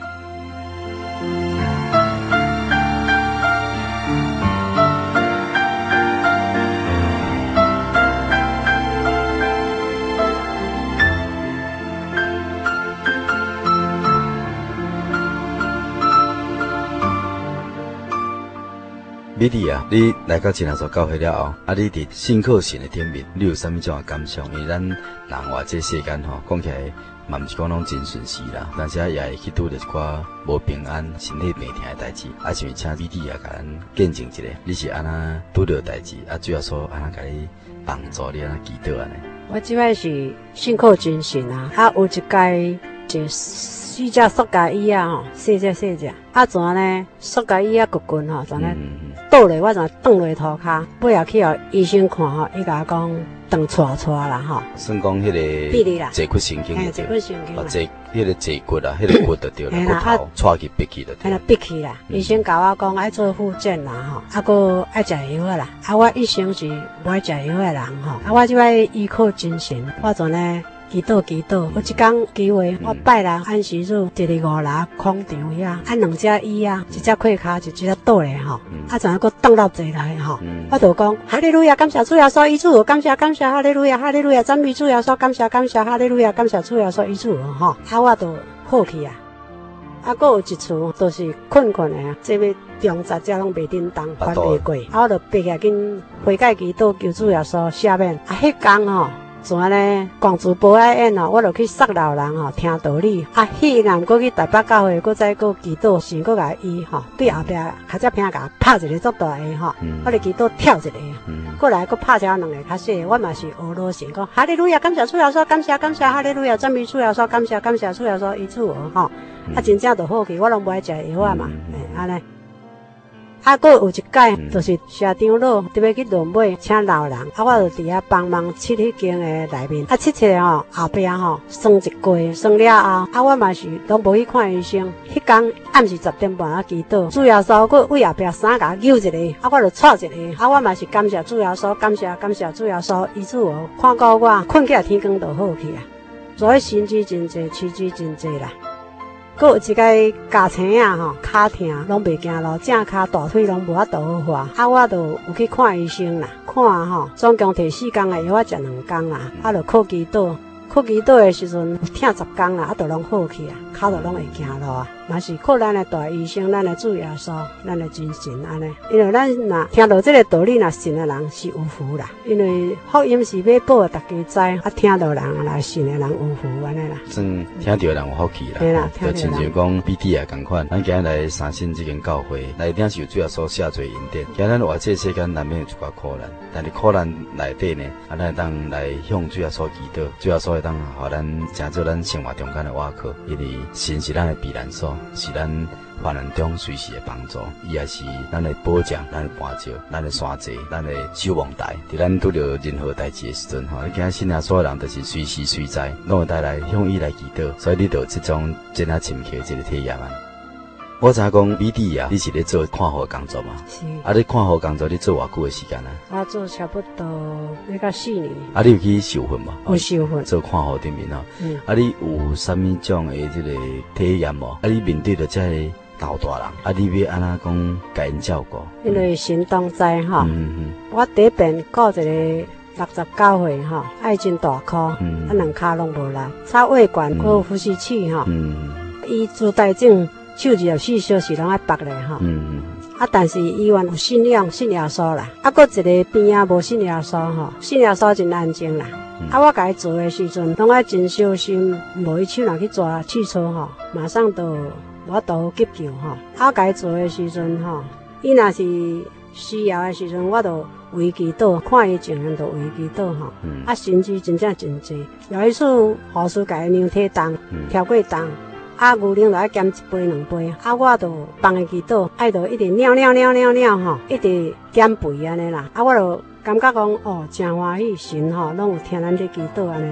米莉啊，你来到真耶稣教会了后，啊，你伫信靠神的顶面，你有啥物种的感想？因为咱人活这世间吼，讲起来嘛毋是讲拢真顺遂啦，但是也会去拄着一寡无平安、身体病痛的代志。啊，想请米莉啊，甲咱见证一下，你是安那拄着代志，啊，主要说安那甲你帮助你安那祈祷安尼。 我即摆是信靠真神啊，啊，有一届就四只塑胶椅啊吼，细只细只，啊，怎呢？塑胶椅啊，骨棍吼，怎呢？倒咧，我就躺落涂骹，尾后去互医生看吼，伊甲我讲长错错啦吼。 算讲迄个坐骨神经， 嘿，坐骨神经， 啊，坐迄个坐骨啊，迄个骨就对了，骨头踹去闭去就对。 嘿啦，闭去啦。医生甲我讲爱做复健啦吼，啊，搁爱食药啊啦。啊，我一生是无爱食药的人吼，啊，我即摆依靠精神，我就呢。祈祷祈祷，有一天机会，我拜人按时数，一二五楼空场遐，按两只椅啊，一只跪骹，一只倒咧吼，啊，怎样搁倒落坐来吼，我就讲哈利路亚，感谢主耶稣，伊主，感谢感谢哈利路亚，哈利路亚，赞美主耶稣，感谢感谢哈利路亚，感谢主耶稣，伊主吼，啊，我就好去啊，啊，搁有一次都是困困的啊，这要中十只拢袂叮当，翻袂过，啊，我就爬起来紧悔改祈祷，求主耶稣赦免，啊，迄天吼。怎啊呢？广州博爱宴哦，我就去杀老人吼，听道理。啊，迄个人过去台北教会，搁再搁祈祷，神搁甲伊吼，对后壁较只拼甲拍一个足大个吼，我咧祈祷跳一个，过来搁拍一两个较细，我嘛是学老神讲，哈利路亚，感谢主耶稣，感谢感谢哈利路亚，赞美主耶稣，感谢感谢主耶稣，伊主哦吼，啊真正就好去，我拢无爱食药啊嘛，诶，安尼。啊，搁有一届，就是社长老特别去轮马，请老人，啊，我就伫遐帮忙切迄间诶内面，啊，切切吼后壁吼算一柜，算了后，啊，我嘛是拢无去看医生。迄天暗时十点半啊祈祷，主耶稣搁为后壁衫甲揪一个，啊，我就踹一个，啊，我嘛是感谢主耶稣，感谢感谢主耶稣，伊主哦，看到我困起来天光就好去啊，所以神迹真济，奇迹真济啦。搁有一个家青啊吼，骹疼拢袂行路，正骹大腿拢无法度好化，啊，我就有去看医生啦，看吼，总共摕四工诶药，我食两工啦，啊，就靠祈祷，靠祈祷诶时阵疼十工啦，啊，就拢好去啊，骹就拢会行路啊，嘛是靠咱诶大医生，咱诶主耶稣，咱诶真神安尼，因为咱若听到这个道理，若信诶人是有福啦，因为福音是要报大家知，啊，听到人来信诶人有福安尼啦。 算听到人有福气啦， 对啦， 就亲像讲 B D 啊，共款，咱今日来三星这间教会，来一定是有主要所下罪恩典。今日咱活这世间难免有一寡苦难，但是苦难内底呢，啊，咱当来向主要所祈祷，主要所会当互咱成做咱生活中间的瓦靠，因为神是咱的避难所，是咱患难中随时的帮助，伊也是咱的保障、咱的伴照、咱的山寨、咱的守望台。伫咱拄着任何代志的时阵，吼，你今信仰所有人都是随时随在，拢会带来向伊来祈祷，所以你就有这种真啊深刻这个体验啊。我知影讲米弟啊，你是咧做看护工作嘛？ 是。 啊，你看护工作你做偌久的时间啊？ 我做差不多要到四年。 啊，你有去受训无？ 有受训。 做看护顶面哦。 嗯。 啊，你有啥物种的这个体验无？啊，你面对着这个老大人，啊，你要安怎讲甲因照顾？ 因为神当在吼。 嗯嗯。 我第一遍顾一个六十九岁吼，爱真大颗，啊两骹拢无力，插胃管，还有呼吸器吼。嗯。伊自带症。手二十四小时拢爱拔咧吼，嗯，啊，但是医院有信仰信耶稣啦，啊，搁一个边啊无信耶稣吼，信耶稣真安静啦，嗯、啊，我甲伊做诶时阵，拢爱真小心，无伊手若去抓汽车吼，马上都我都急救吼，啊，我甲伊做诶时阵吼，伊若是需要诶时阵，我都为祈祷，看伊情形就为祈祷吼，嗯、啊，甚至真正真济，有一次护士甲伊量体重，跳过重。啊，牛奶就爱减一杯两杯，啊，我就帮伊祈祷，爱就一直尿尿尿尿尿吼，一直减肥安尼啦。啊，我就感觉讲哦，真欢喜，神吼拢有听咱这祈祷安尼啦。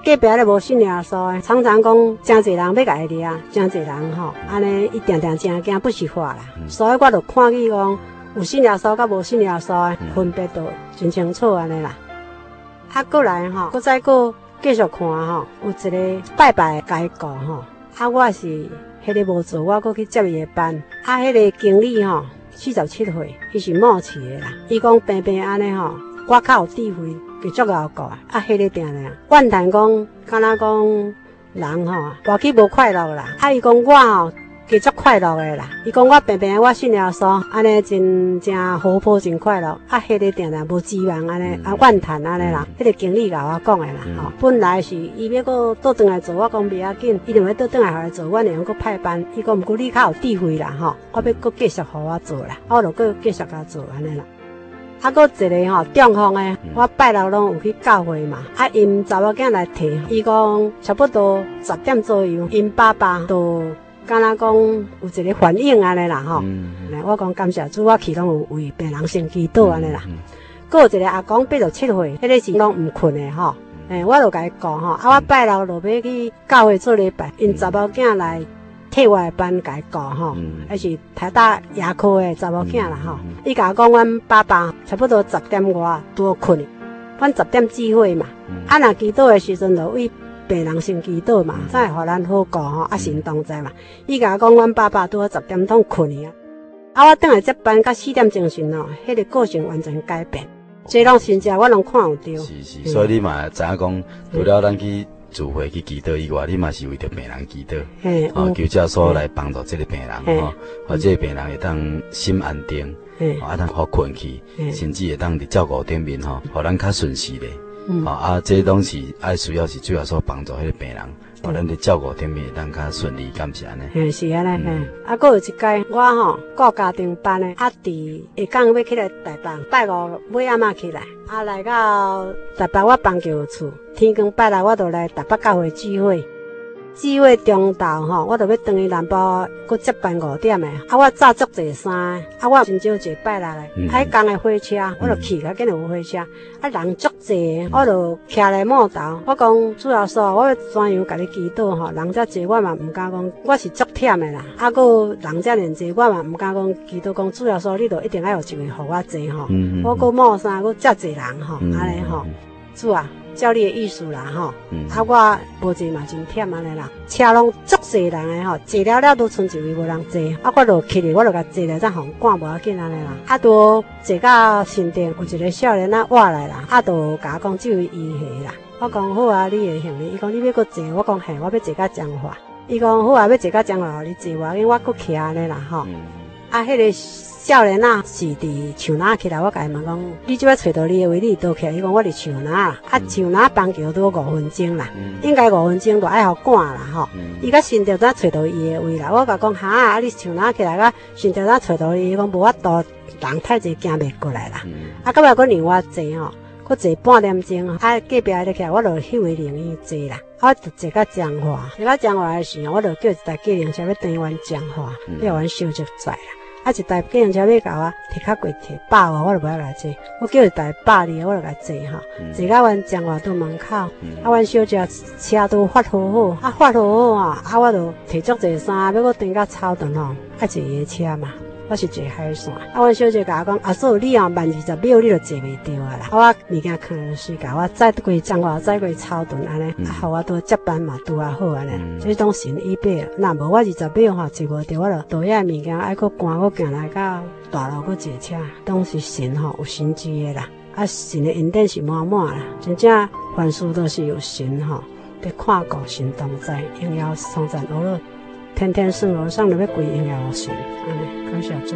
隔壁咧无信耶稣的，常常讲真侪人要甲伊掠，真侪人吼，安尼伊定定真惊不实话啦。 嗯、 所以我就看见讲有信耶稣甲无信耶稣的分别都真清楚安尼啦。啊，过来吼，搁再搁继续看吼，有一个拜拜的解故吼，啊，我是迄个无做，我搁去接伊的班，啊，迄个经理吼。四十七岁，伊是默契的啦。伊讲平平安尼吼，我较有智慧，继续熬过啊。啊，迄个定定，怨叹讲，敢若讲人吼，活起无快乐啦。啊，伊讲我吼，继续快乐的啦。伊讲我平平，我信耶稣，安尼真正活泼，真快乐。啊，迄个定定无指望安尼，啊怨叹安尼啦。迄个经理甲我讲的啦，吼，本来是伊要搁倒转来做，我讲袂要紧，伊就要倒转来互来做，阮会用搁派班。伊讲毋过你较有智慧啦，吼，我要搁继续互我做啦，我就搁继续甲做安尼啦。啊，搁一个吼中风的，我拜六拢有去教会嘛。啊，因查某囝来摕，伊讲差不多十点左右，因爸爸都。敢若讲有一个反应安尼啦吼，嗯嗯、我讲感谢主，我去拢有为病人先祈祷安尼啦。搁、嗯嗯、有一个阿公八十七岁，迄个是拢毋困的吼，诶、嗯欸，我就甲伊讲吼，啊，我拜六就要去教会做礼拜，因查某囝来替我的班甲伊讲吼，还、嗯、是台大牙科的查某囝啦吼，伊甲我讲，阮爸爸差不多十点外拄困，阮十点聚会嘛，嗯、啊，若祈祷的时阵就为。病人先祈祷嘛，才会互咱好过吼，啊行动在嘛。伊甲我讲，阮爸爸拄好十点钟困去啊，啊我等下接班到四点钟时吼，迄个个性完全改变，这拢真正我拢看有着。 是是，所以你嘛知影讲，除了咱去聚会去祈祷以外，你嘛是为着病人祈祷，嘿，哦求教所来帮助这个病人吼，或者病人会当心安定，啊当好困去，甚至会当伫照顾顶面吼，互咱较顺势咧。嗯、哦啊，这拢是爱需要是最后所帮助迄个病人，哦，咱伫照顾顶面当较顺利，敢是安尼？ 嘿，是安尼，嘿、嗯。啊，搁有一届我吼顾家庭班诶，啊，伫下港要起来台北，拜五尾暗仔起来，啊来到台北我放就有厝，天光拜六我就来台北教会聚会。聚会中昼吼，我就要转去南部，搁接班五点的。啊，我早足坐衫，啊，我真少坐拜六的。嗯、啊，迄工的火车，我就去，较紧有火车。啊，人足济，我就徛来码头。我讲主要说，我要怎样甲你祈祷吼？人遮济，我嘛毋敢讲，我是足忝的啦。啊，搁人遮尔济，我嘛毋敢讲祈祷讲主要说，你就一定要有一位互我坐吼。嗯、我搁码衫，搁遮济人吼，安尼吼，主啊。照你的意思啦吼，嗯、啊我无坐嘛真忝安尼啦，车拢足济人诶吼，坐了了都剩一位无人坐，啊我就起来，我就甲坐来再互赶无要紧安尼啦，啊都坐到新店有一个少年仔活来啦，啊就甲我讲这位医下啦，我讲好啊，你会行哩，伊讲你要搁坐，我讲嘿，我要坐到彰化，伊讲好啊，要坐到彰化，你坐无要紧，我搁徛安尼啦吼，嗯、啊迄、那个。少年啊，是伫树林起来，我甲伊问讲，你即摆找到你的位，你倒起来？伊讲我伫树林啦，啊树林放桥拄五分钟啦，嗯、应该五分钟就爱互赶啦吼。伊甲新店仔找到伊的位啦，我甲讲哈，啊你树林起来甲新店仔找到伊，伊讲无法度，人太济行袂过来啦。嗯、啊，到尾佫让我坐吼，佫坐半点钟，啊隔壁咧起来，我就迄位灵伊坐啦，我就坐到彰化，坐到彰化的时候，我就叫一台计程车要转阮彰化，要阮小姐载啦。啊，一台计程车要甲我摕较贵摕百外，我就不要来坐。我叫一台百二，我就来坐哈。坐到阮彰化都门口，嗯、啊，阮小姐车都发好好，啊，发好好啊，啊，我就摕足济衫，要我转到草屯吼，爱坐伊的车嘛。我是坐海线，啊，阮小姐甲我讲，阿嫂你哦慢二十秒你就坐袂着啊啦。啊，我物件扛落去，甲我载过彰化，载过草屯安尼，啊，互我拄接班嘛拄啊好安尼。这种神医备，若无我二十秒吼坐无着，我就倒遐物件爱搁赶，搁行来到大路搁坐车，拢是神吼有神迹的啦。啊，神的恩典是满满啦，真正凡事都是有神吼，伫看顾神同在，荣耀颂赞阿乐。天天圣罗上，就要归荣耀神，安尼感谢主。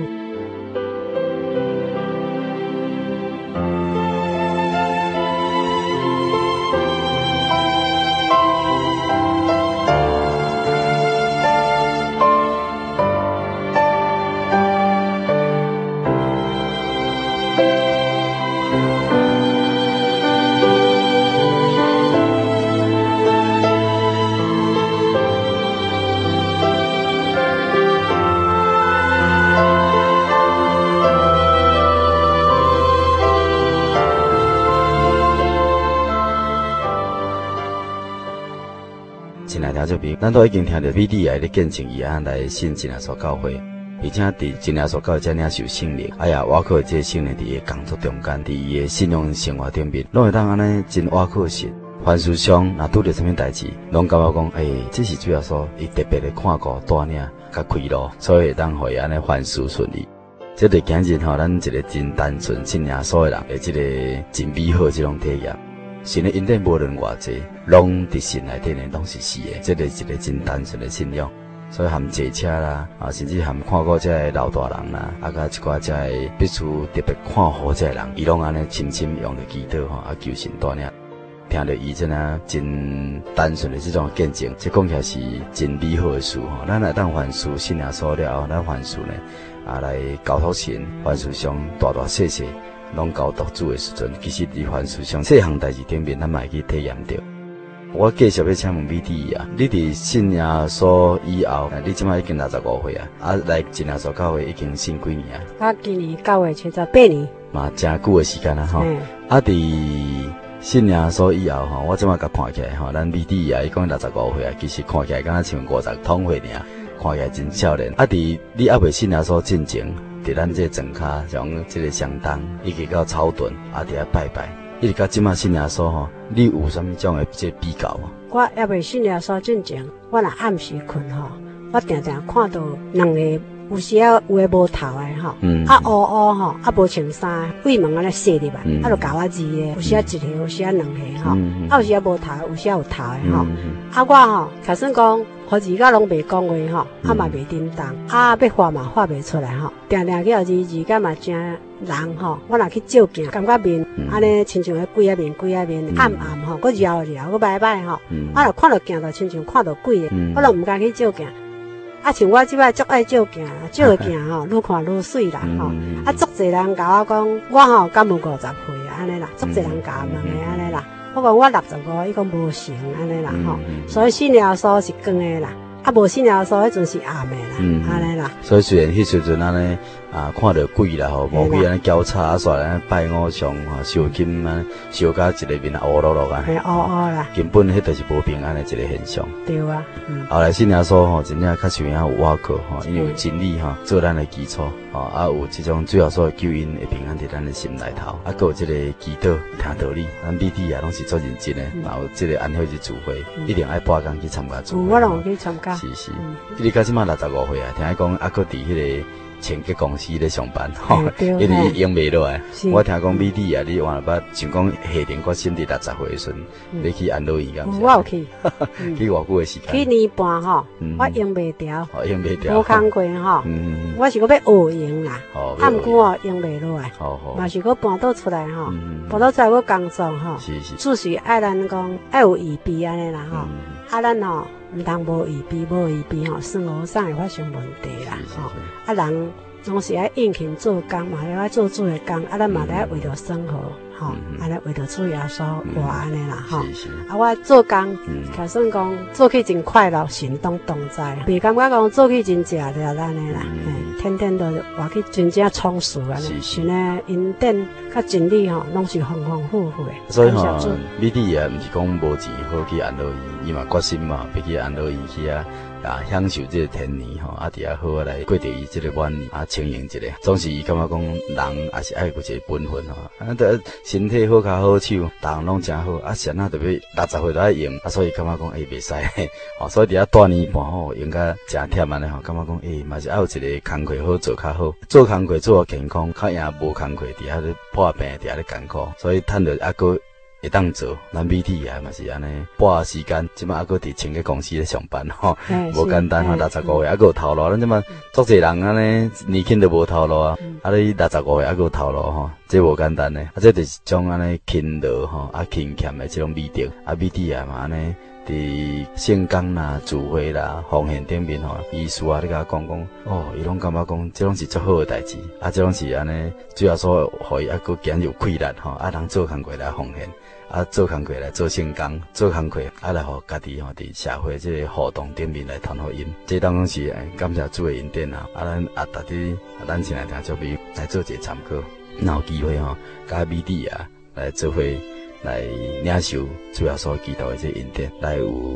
听众朋友，咱都已经听到美丽的见证伊安来信真耶稣教会。而且伫真耶稣教会遮领受圣灵，哎呀，瓦靠这圣灵伫伊工作中间，伫伊的信仰生活顶面，拢会当安尼真瓦靠信。凡事上若拄着什么代志，拢感觉讲，诶、欸，这是主要说伊特别的看顾带领甲开路，所以会当互伊安尼凡事顺利。这个今日吼，咱一个真单纯信耶稣的人的这个真美好这种体验。神的恩典无论偌济，拢伫神内底呢，拢是是的。这个是一个真单纯的信仰。所以含坐车啦，啊，甚至含看过这个老大人啦，啊，甲一寡这个必须特别看好这个人，伊拢安尼深深用着祈祷吼，啊，求神带领。听着伊真啊真单纯的这种见证，这讲起来是真美好的事吼。咱来当凡事信耶稣了后，咱凡事呢啊来交托神，凡事上大大小小拢交托主的时阵，其实伫凡事上细项代志顶面，咱嘛会去体验着。我继续要请问美弟啊，你伫信耶稣以后，你即摆已经六十五岁啊，啊来真耶稣教会已经信几年啊？ 我今年九月七十八年， 嘛真久的时间啊吼。啊伫信耶稣以后吼，我即摆甲看起来吼，咱美弟啊，伊讲六十五岁啊，其实看起来敢若像五十通岁尔，看起来真少年。啊伫你还未信耶稣进前，伫咱这庄骹像这个相当，一直到草屯啊伫遐拜拜。一直到即马信耶稣吼，你有啥物种的这比较无？ 我还未信耶稣进前，我若暗时困吼，我定定看到两个有时啊有诶无头诶吼，嗯、啊乌乌吼，啊无穿衫，胃门安尼塞入来，嗯、啊就甲我字诶，有时啊一个，有时啊两个吼，嗯、啊有时啊无头，有时啊有头诶吼，嗯、啊我吼，假算讲，好字甲拢袂讲话吼，啊嘛袂叮当，啊要发嘛发袂出来吼，定定去后字字甲嘛真人吼，我若去照镜，感觉面安尼亲像迄鬼啊面鬼啊面暗暗吼，佫绕绕佫歹歹吼，啊若看到镜就亲像看到鬼诶，我拢毋敢去照镜。啊，像我即摆足爱照镜，照个镜吼，愈看愈水啦吼。啊，足侪人甲我讲，我吼敢有五十岁啊，安尼啦，足侪人甲我问诶安尼啦。我讲我六十五，伊讲无成安尼啦吼。所以信耶稣是光诶啦，啊无信耶稣迄阵是暗诶啦，安尼啦。 所以虽然迄时阵安尼啊，看到鬼啦吼，无鬼安尼交叉啊，煞安尼拜偶像吼，烧金啊，烧甲一个面乌落落啊， 嘿乌乌啦， 根本迄就是无平安诶一个现象。 对啊，嗯。 后来信耶稣吼，真正较像遐有瓦靠吼，因为有真理吼做咱诶基础吼，啊有即种主要所救因会平安伫咱诶心内头，啊佮有即个祈祷听道理，咱美弟啊拢是做认真诶，嘛有即个安徽之聚会，一定爱半工去参加聚会。 我拢去参加。 是是，你到即马六十五岁啊，听伊讲啊，佮伫迄个清洁公司咧上班吼，一直用袂落来。我听讲美弟啊，你换捌像讲下定决心伫六十岁诶时阵，你去安乐院敢？ 我有去， 去偌久诶时间？ 去年半吼，我用袂调， 用袂调， 无工过吼。我是搁要学用啦，啊毋过哦用袂落来，嘛是搁搬倒出来吼，搬倒出来搁工作吼，主是爱咱讲爱有预备安尼啦吼，啊咱吼。毋通无预备，无预备吼，生活上会发生问题啦吼。啊，人拢是爱应勤做工嘛，要爱做做诶工，啊，咱嘛得为着生活吼，安尼为着主耶稣活安尼啦吼。啊，我做工，假算讲做起真快乐，神都同在，袂感觉讲做起真食了安尼啦，嘿，天天都活去真正充实安尼。神诶恩典甲真理吼，拢是丰丰富富诶。 所以吼，美丽啊，毋是讲无钱好去安乐院。伊嘛决心嘛，要去安乐院去啊，啊享受这个天年吼，啊伫遐好啊来过着伊这个晚年啊，清闲一下。总是伊感觉讲人也是爱有一个本分吼，啊得身体好脚好手，逐项拢真好，啊现在特别六十岁都爱用，啊所以感觉讲诶袂使，吼，所以伫遐大年半吼用甲真忝安尼吼，感觉讲诶嘛是爱有一个工课好做较好，做工课做健康，较赢无工课伫遐咧破病伫遐咧艰苦，所以趁着啊个。会当做，咱美体啊嘛是安尼，半时间即摆还佫伫清洁公司咧上班吼，无简单吼，六十五岁还佫有头路，咱即摆足侪人安尼年轻都无头路啊，啊你六十五岁还佫有头路吼，这无简单咧，啊这就是种安尼勤劳吼，啊勤俭的这种美德，啊美体啊嘛安尼。伫圣工啦、聚会啦、奉献顶面吼，医师啊，你甲我讲讲，哦，伊拢感觉讲，这拢是足好诶代志，啊，这拢是安尼，主要说，互伊啊，佫坚有气力吼，啊，人做工课来奉献，啊，做工课来做圣工，做工课啊，来互家己吼，伫社会这个活动顶面来传福音，这当中是感谢主诶恩典啊，啊，咱啊，逐日啊，咱先来听做比来做一个参考，若有机会吼，甲美丽啊来做伙。来领受主要所祈祷的这恩典，来有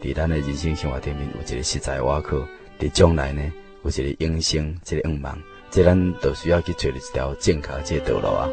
伫咱的人生生活顶面有一个实在的瓦靠，伫将来呢有一个永生，一个愿望，这咱都需要去找一条正确的这个道路啊。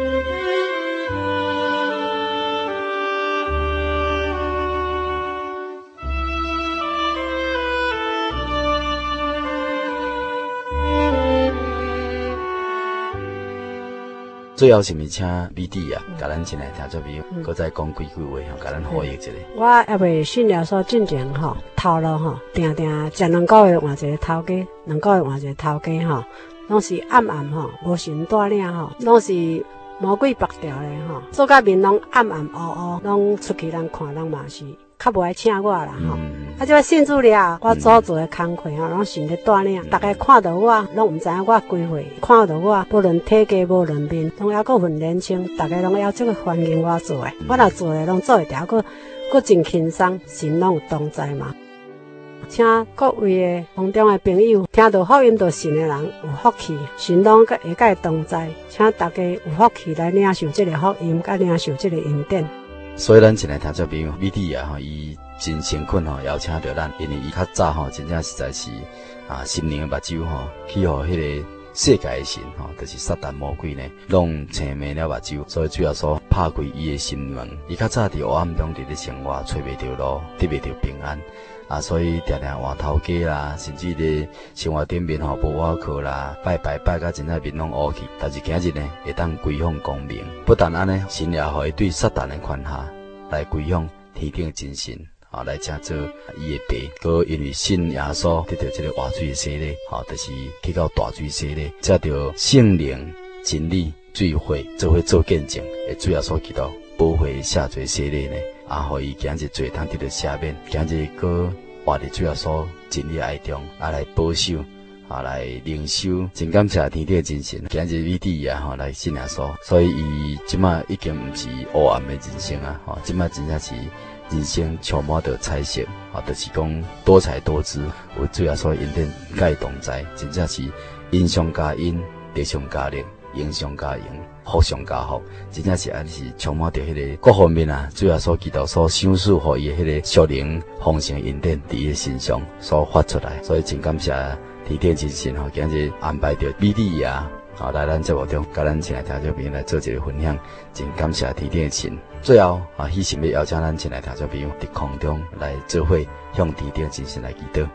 最后是咪请美弟啊，甲咱进来听做朋友，搁再讲几句话吼，甲咱回忆一下。 我还未信了所进前吼，头路吼，定定食两个月换一个头家，两个月换一个头家吼，拢是暗暗吼，无神带领吼，拢是魔鬼绑掉的吼，做甲面拢暗暗乌乌，拢出去人看人嘛是较无爱请我啦吼。 嗯啊，即摆信主了，我做做的工课吼，拢神咧带领，大家看到我，拢毋知影我几岁，看到我，无论体格，无论面，拢还阁很年轻，大家拢要即个欢迎我做的，我若做的拢做会掉，阁阁真轻松，神拢有同在嘛。请各位的空中的朋友，听到福音到神的人有福气，神拢阁会甲同在，请大家有福气来领受这个福音，甲领受这个恩典。 所以咱进来听做朋友，美弟啊吼，伊真诚恳吼邀请着咱，因为伊较早吼真正实在是啊心灵的目睭吼，去互迄个世界的神吼，就是撒旦魔鬼呢，拢青迷了目睭，所以主要说拍开伊的心门。伊较早伫黑暗中伫咧生活，找袂着路，得袂着平安啊，所以定定换头家啦，甚至咧生活顶面吼无瓦靠啦，拜拜拜甲真正面拢乌去。但是今日呢，会当归向光明，不但安尼，神也互伊对撒旦的权下来归向天顶真神。啊，来请做伊的爸，搁因为信耶稣得到这个活水的洗礼，好，就是去到大水洗礼，才着圣灵、真理、水火做伙做见证，会主要所祈祷保惠下罪洗礼呢，啊，互伊今日罪通得到赦免，今日搁活伫主要所真理爱中，啊来保守。啊，来灵修，真感谢天地真神。今日美弟啊，吼来信耶稣，所以伊即马已经毋是黑暗的人生啊，吼，即马真正是人生充满着彩色，啊，就是讲多彩多姿，有主要所恩典甲伊同在，真正是因上加因，地上加力，影上加影，福上加福，真正是安是充满着迄个各方面啊，主要所祈祷所享受互伊迄个属灵丰盛恩典伫伊身上所发出来，所以真感谢。天天真神吼，今日安排着美弟啊，好来咱节目中，甲咱亲爱听众朋友来做一个分享，真感谢天天神。最后啊，希神要邀请咱亲爱听众朋友伫空中来做伙向天天真神来祈祷。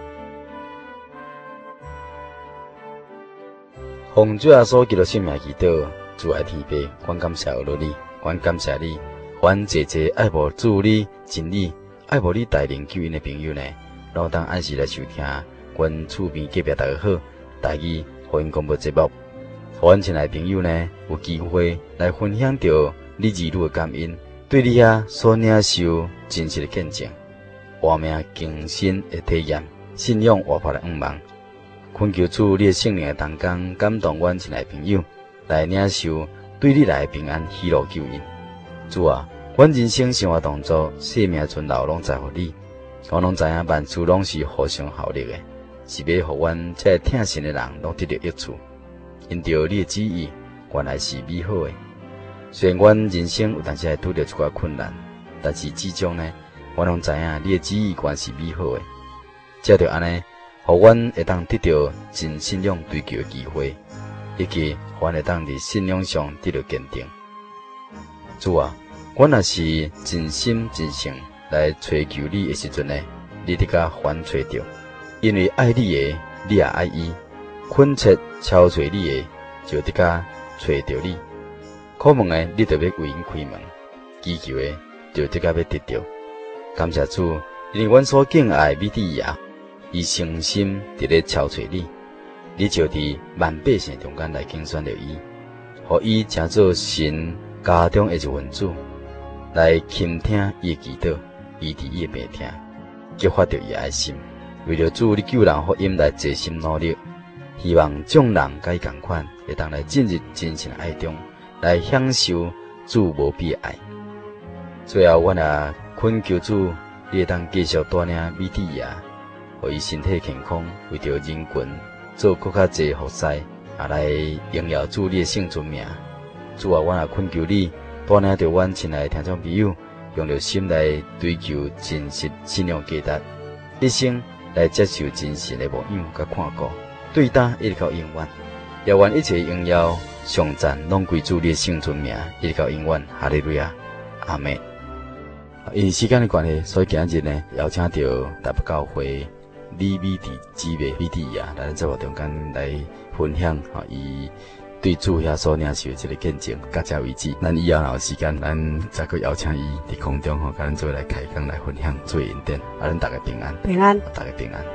奉主耶稣基督圣名祈祷，主爱天父，阮感谢有你，阮感谢你，阮姐姐爱无主你真理，爱无你带领救恩的朋友呢，让当按时来收听。阮厝边隔壁大家好，台语福音广播节目，互阮亲爱朋友呢有机会来分享着你儿女的感恩，对你啊所领受真实的见证，活命更新的体验，信仰活泼的愿望。恳求主你的圣灵的同工感动阮亲爱朋友，来领受对你来的平安喜乐救恩。主啊，阮人生生活当中生命存留拢在乎你，我拢知影万事拢是互相效力的。是要互阮这听神的人拢得到益处，因着你的旨意，原来是美好的。虽然阮人生有当时会拄着一寡困难，但是始终呢，阮拢知影你的旨意原是美好的。才着安尼，互阮会当得到真信仰追求的机会，以及互阮会当伫信仰上得到坚定。主啊，阮若是真心真性来追求你的时阵呢，你得甲反找着。因为爱你的，你也爱伊；恳切敲找你的，就得甲找着你。叩门的，你就要为因开门；祈求的，就得甲要得着。感谢主，因为阮所敬爱美弟爷，伊诚心伫咧敲找你，你就伫万百姓中间来竞选着伊，互伊成做神家中的一份子，来倾听伊的祈祷，医治伊的病痛，激发着伊的爱心。为了主你救人福音来齐心努力，希望众人甲伊同款，会当来进入真神的爱中，来享受主无比的爱。最后，阮也恳求主，你会当继续带领美弟爷，互伊身体健康，为着人群做更较济服侍，啊来荣耀主你的圣尊名。主啊，阮也恳求你带领着阮亲爱的听众朋友， 用着心来追求真实信仰价值，一生来接受真实的牧养甲看顾，对答一直到永远。也愿一切荣耀、颂赞拢归主你的圣尊名，一直到永远。哈利路亚，阿门。因时间的关系，所以今日呢，邀请到台北教会李美娣姊妹美娣啊，来咱节目中间来分享哈，伊对主遐所领受的这个见证，到这为止。咱以后若有时间，咱再去邀请伊伫空中吼，甲咱做来开讲来分享做恩典，啊，咱大家平安， 平安， 大家平安。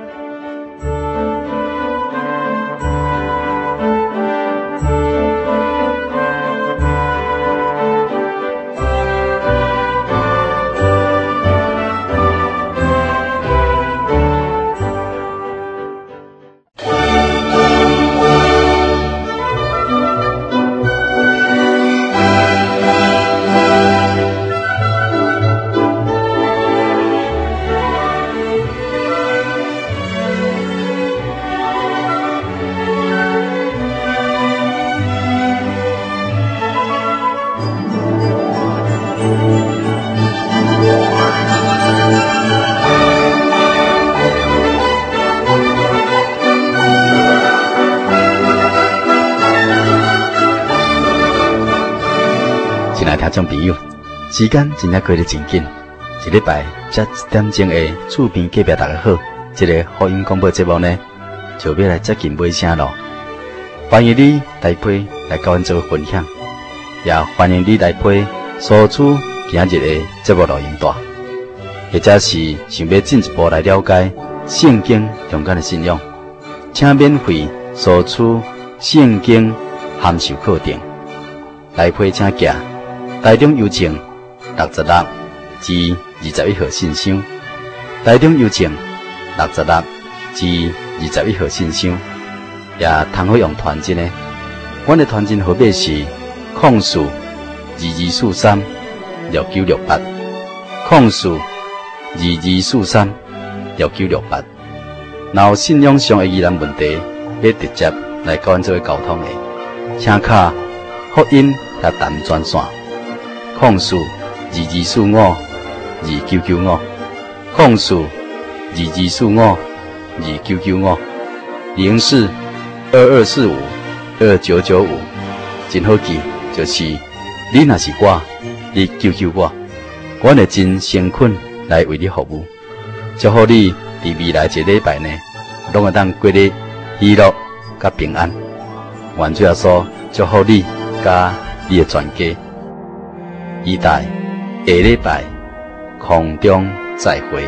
听众朋友，时间真正过得真紧，一礼拜才一点钟的厝边隔壁大家好，这个福音广播节目呢，就要来接近尾声咯。欢迎你来陪来跟阮做分享，也欢迎你来陪所处今日的节目录音带，或者是想要进一步来了解圣经中间的信仰，请免费所处圣经函授课程来陪请假。台中邮政六十六至二十一号信箱，台中邮政六十六至二十一号信箱，也通好用传真呢。阮的传真号码是空四二二四三六九六八，空四二二四三六九六八。若有信仰上的疑难问题，要直接来跟阮做为沟通的，请卡福音甲谈专线。控诉二二四五二九九五，控诉二二四五二九九五，零四二二四五二九九五，真好记，就是你若是我，你救救我，我会真诚恳来为你服务，祝福你伫未来一个礼拜呢，拢会当过得喜乐甲平安。愿主耶稣祝福你甲你的全家。期待下礼拜空中再会。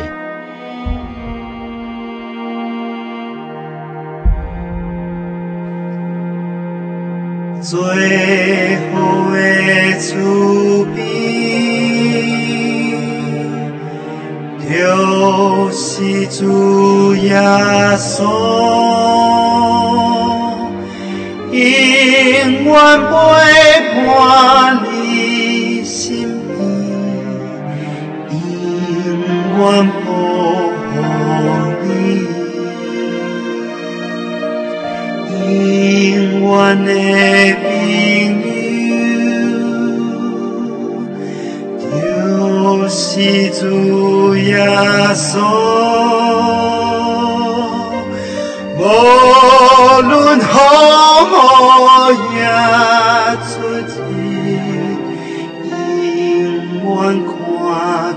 最后的慈悲，就是主耶稣，永远陪伴你身边，永远保护你，永远的朋友，就是主耶稣。无论何也出去，永远看。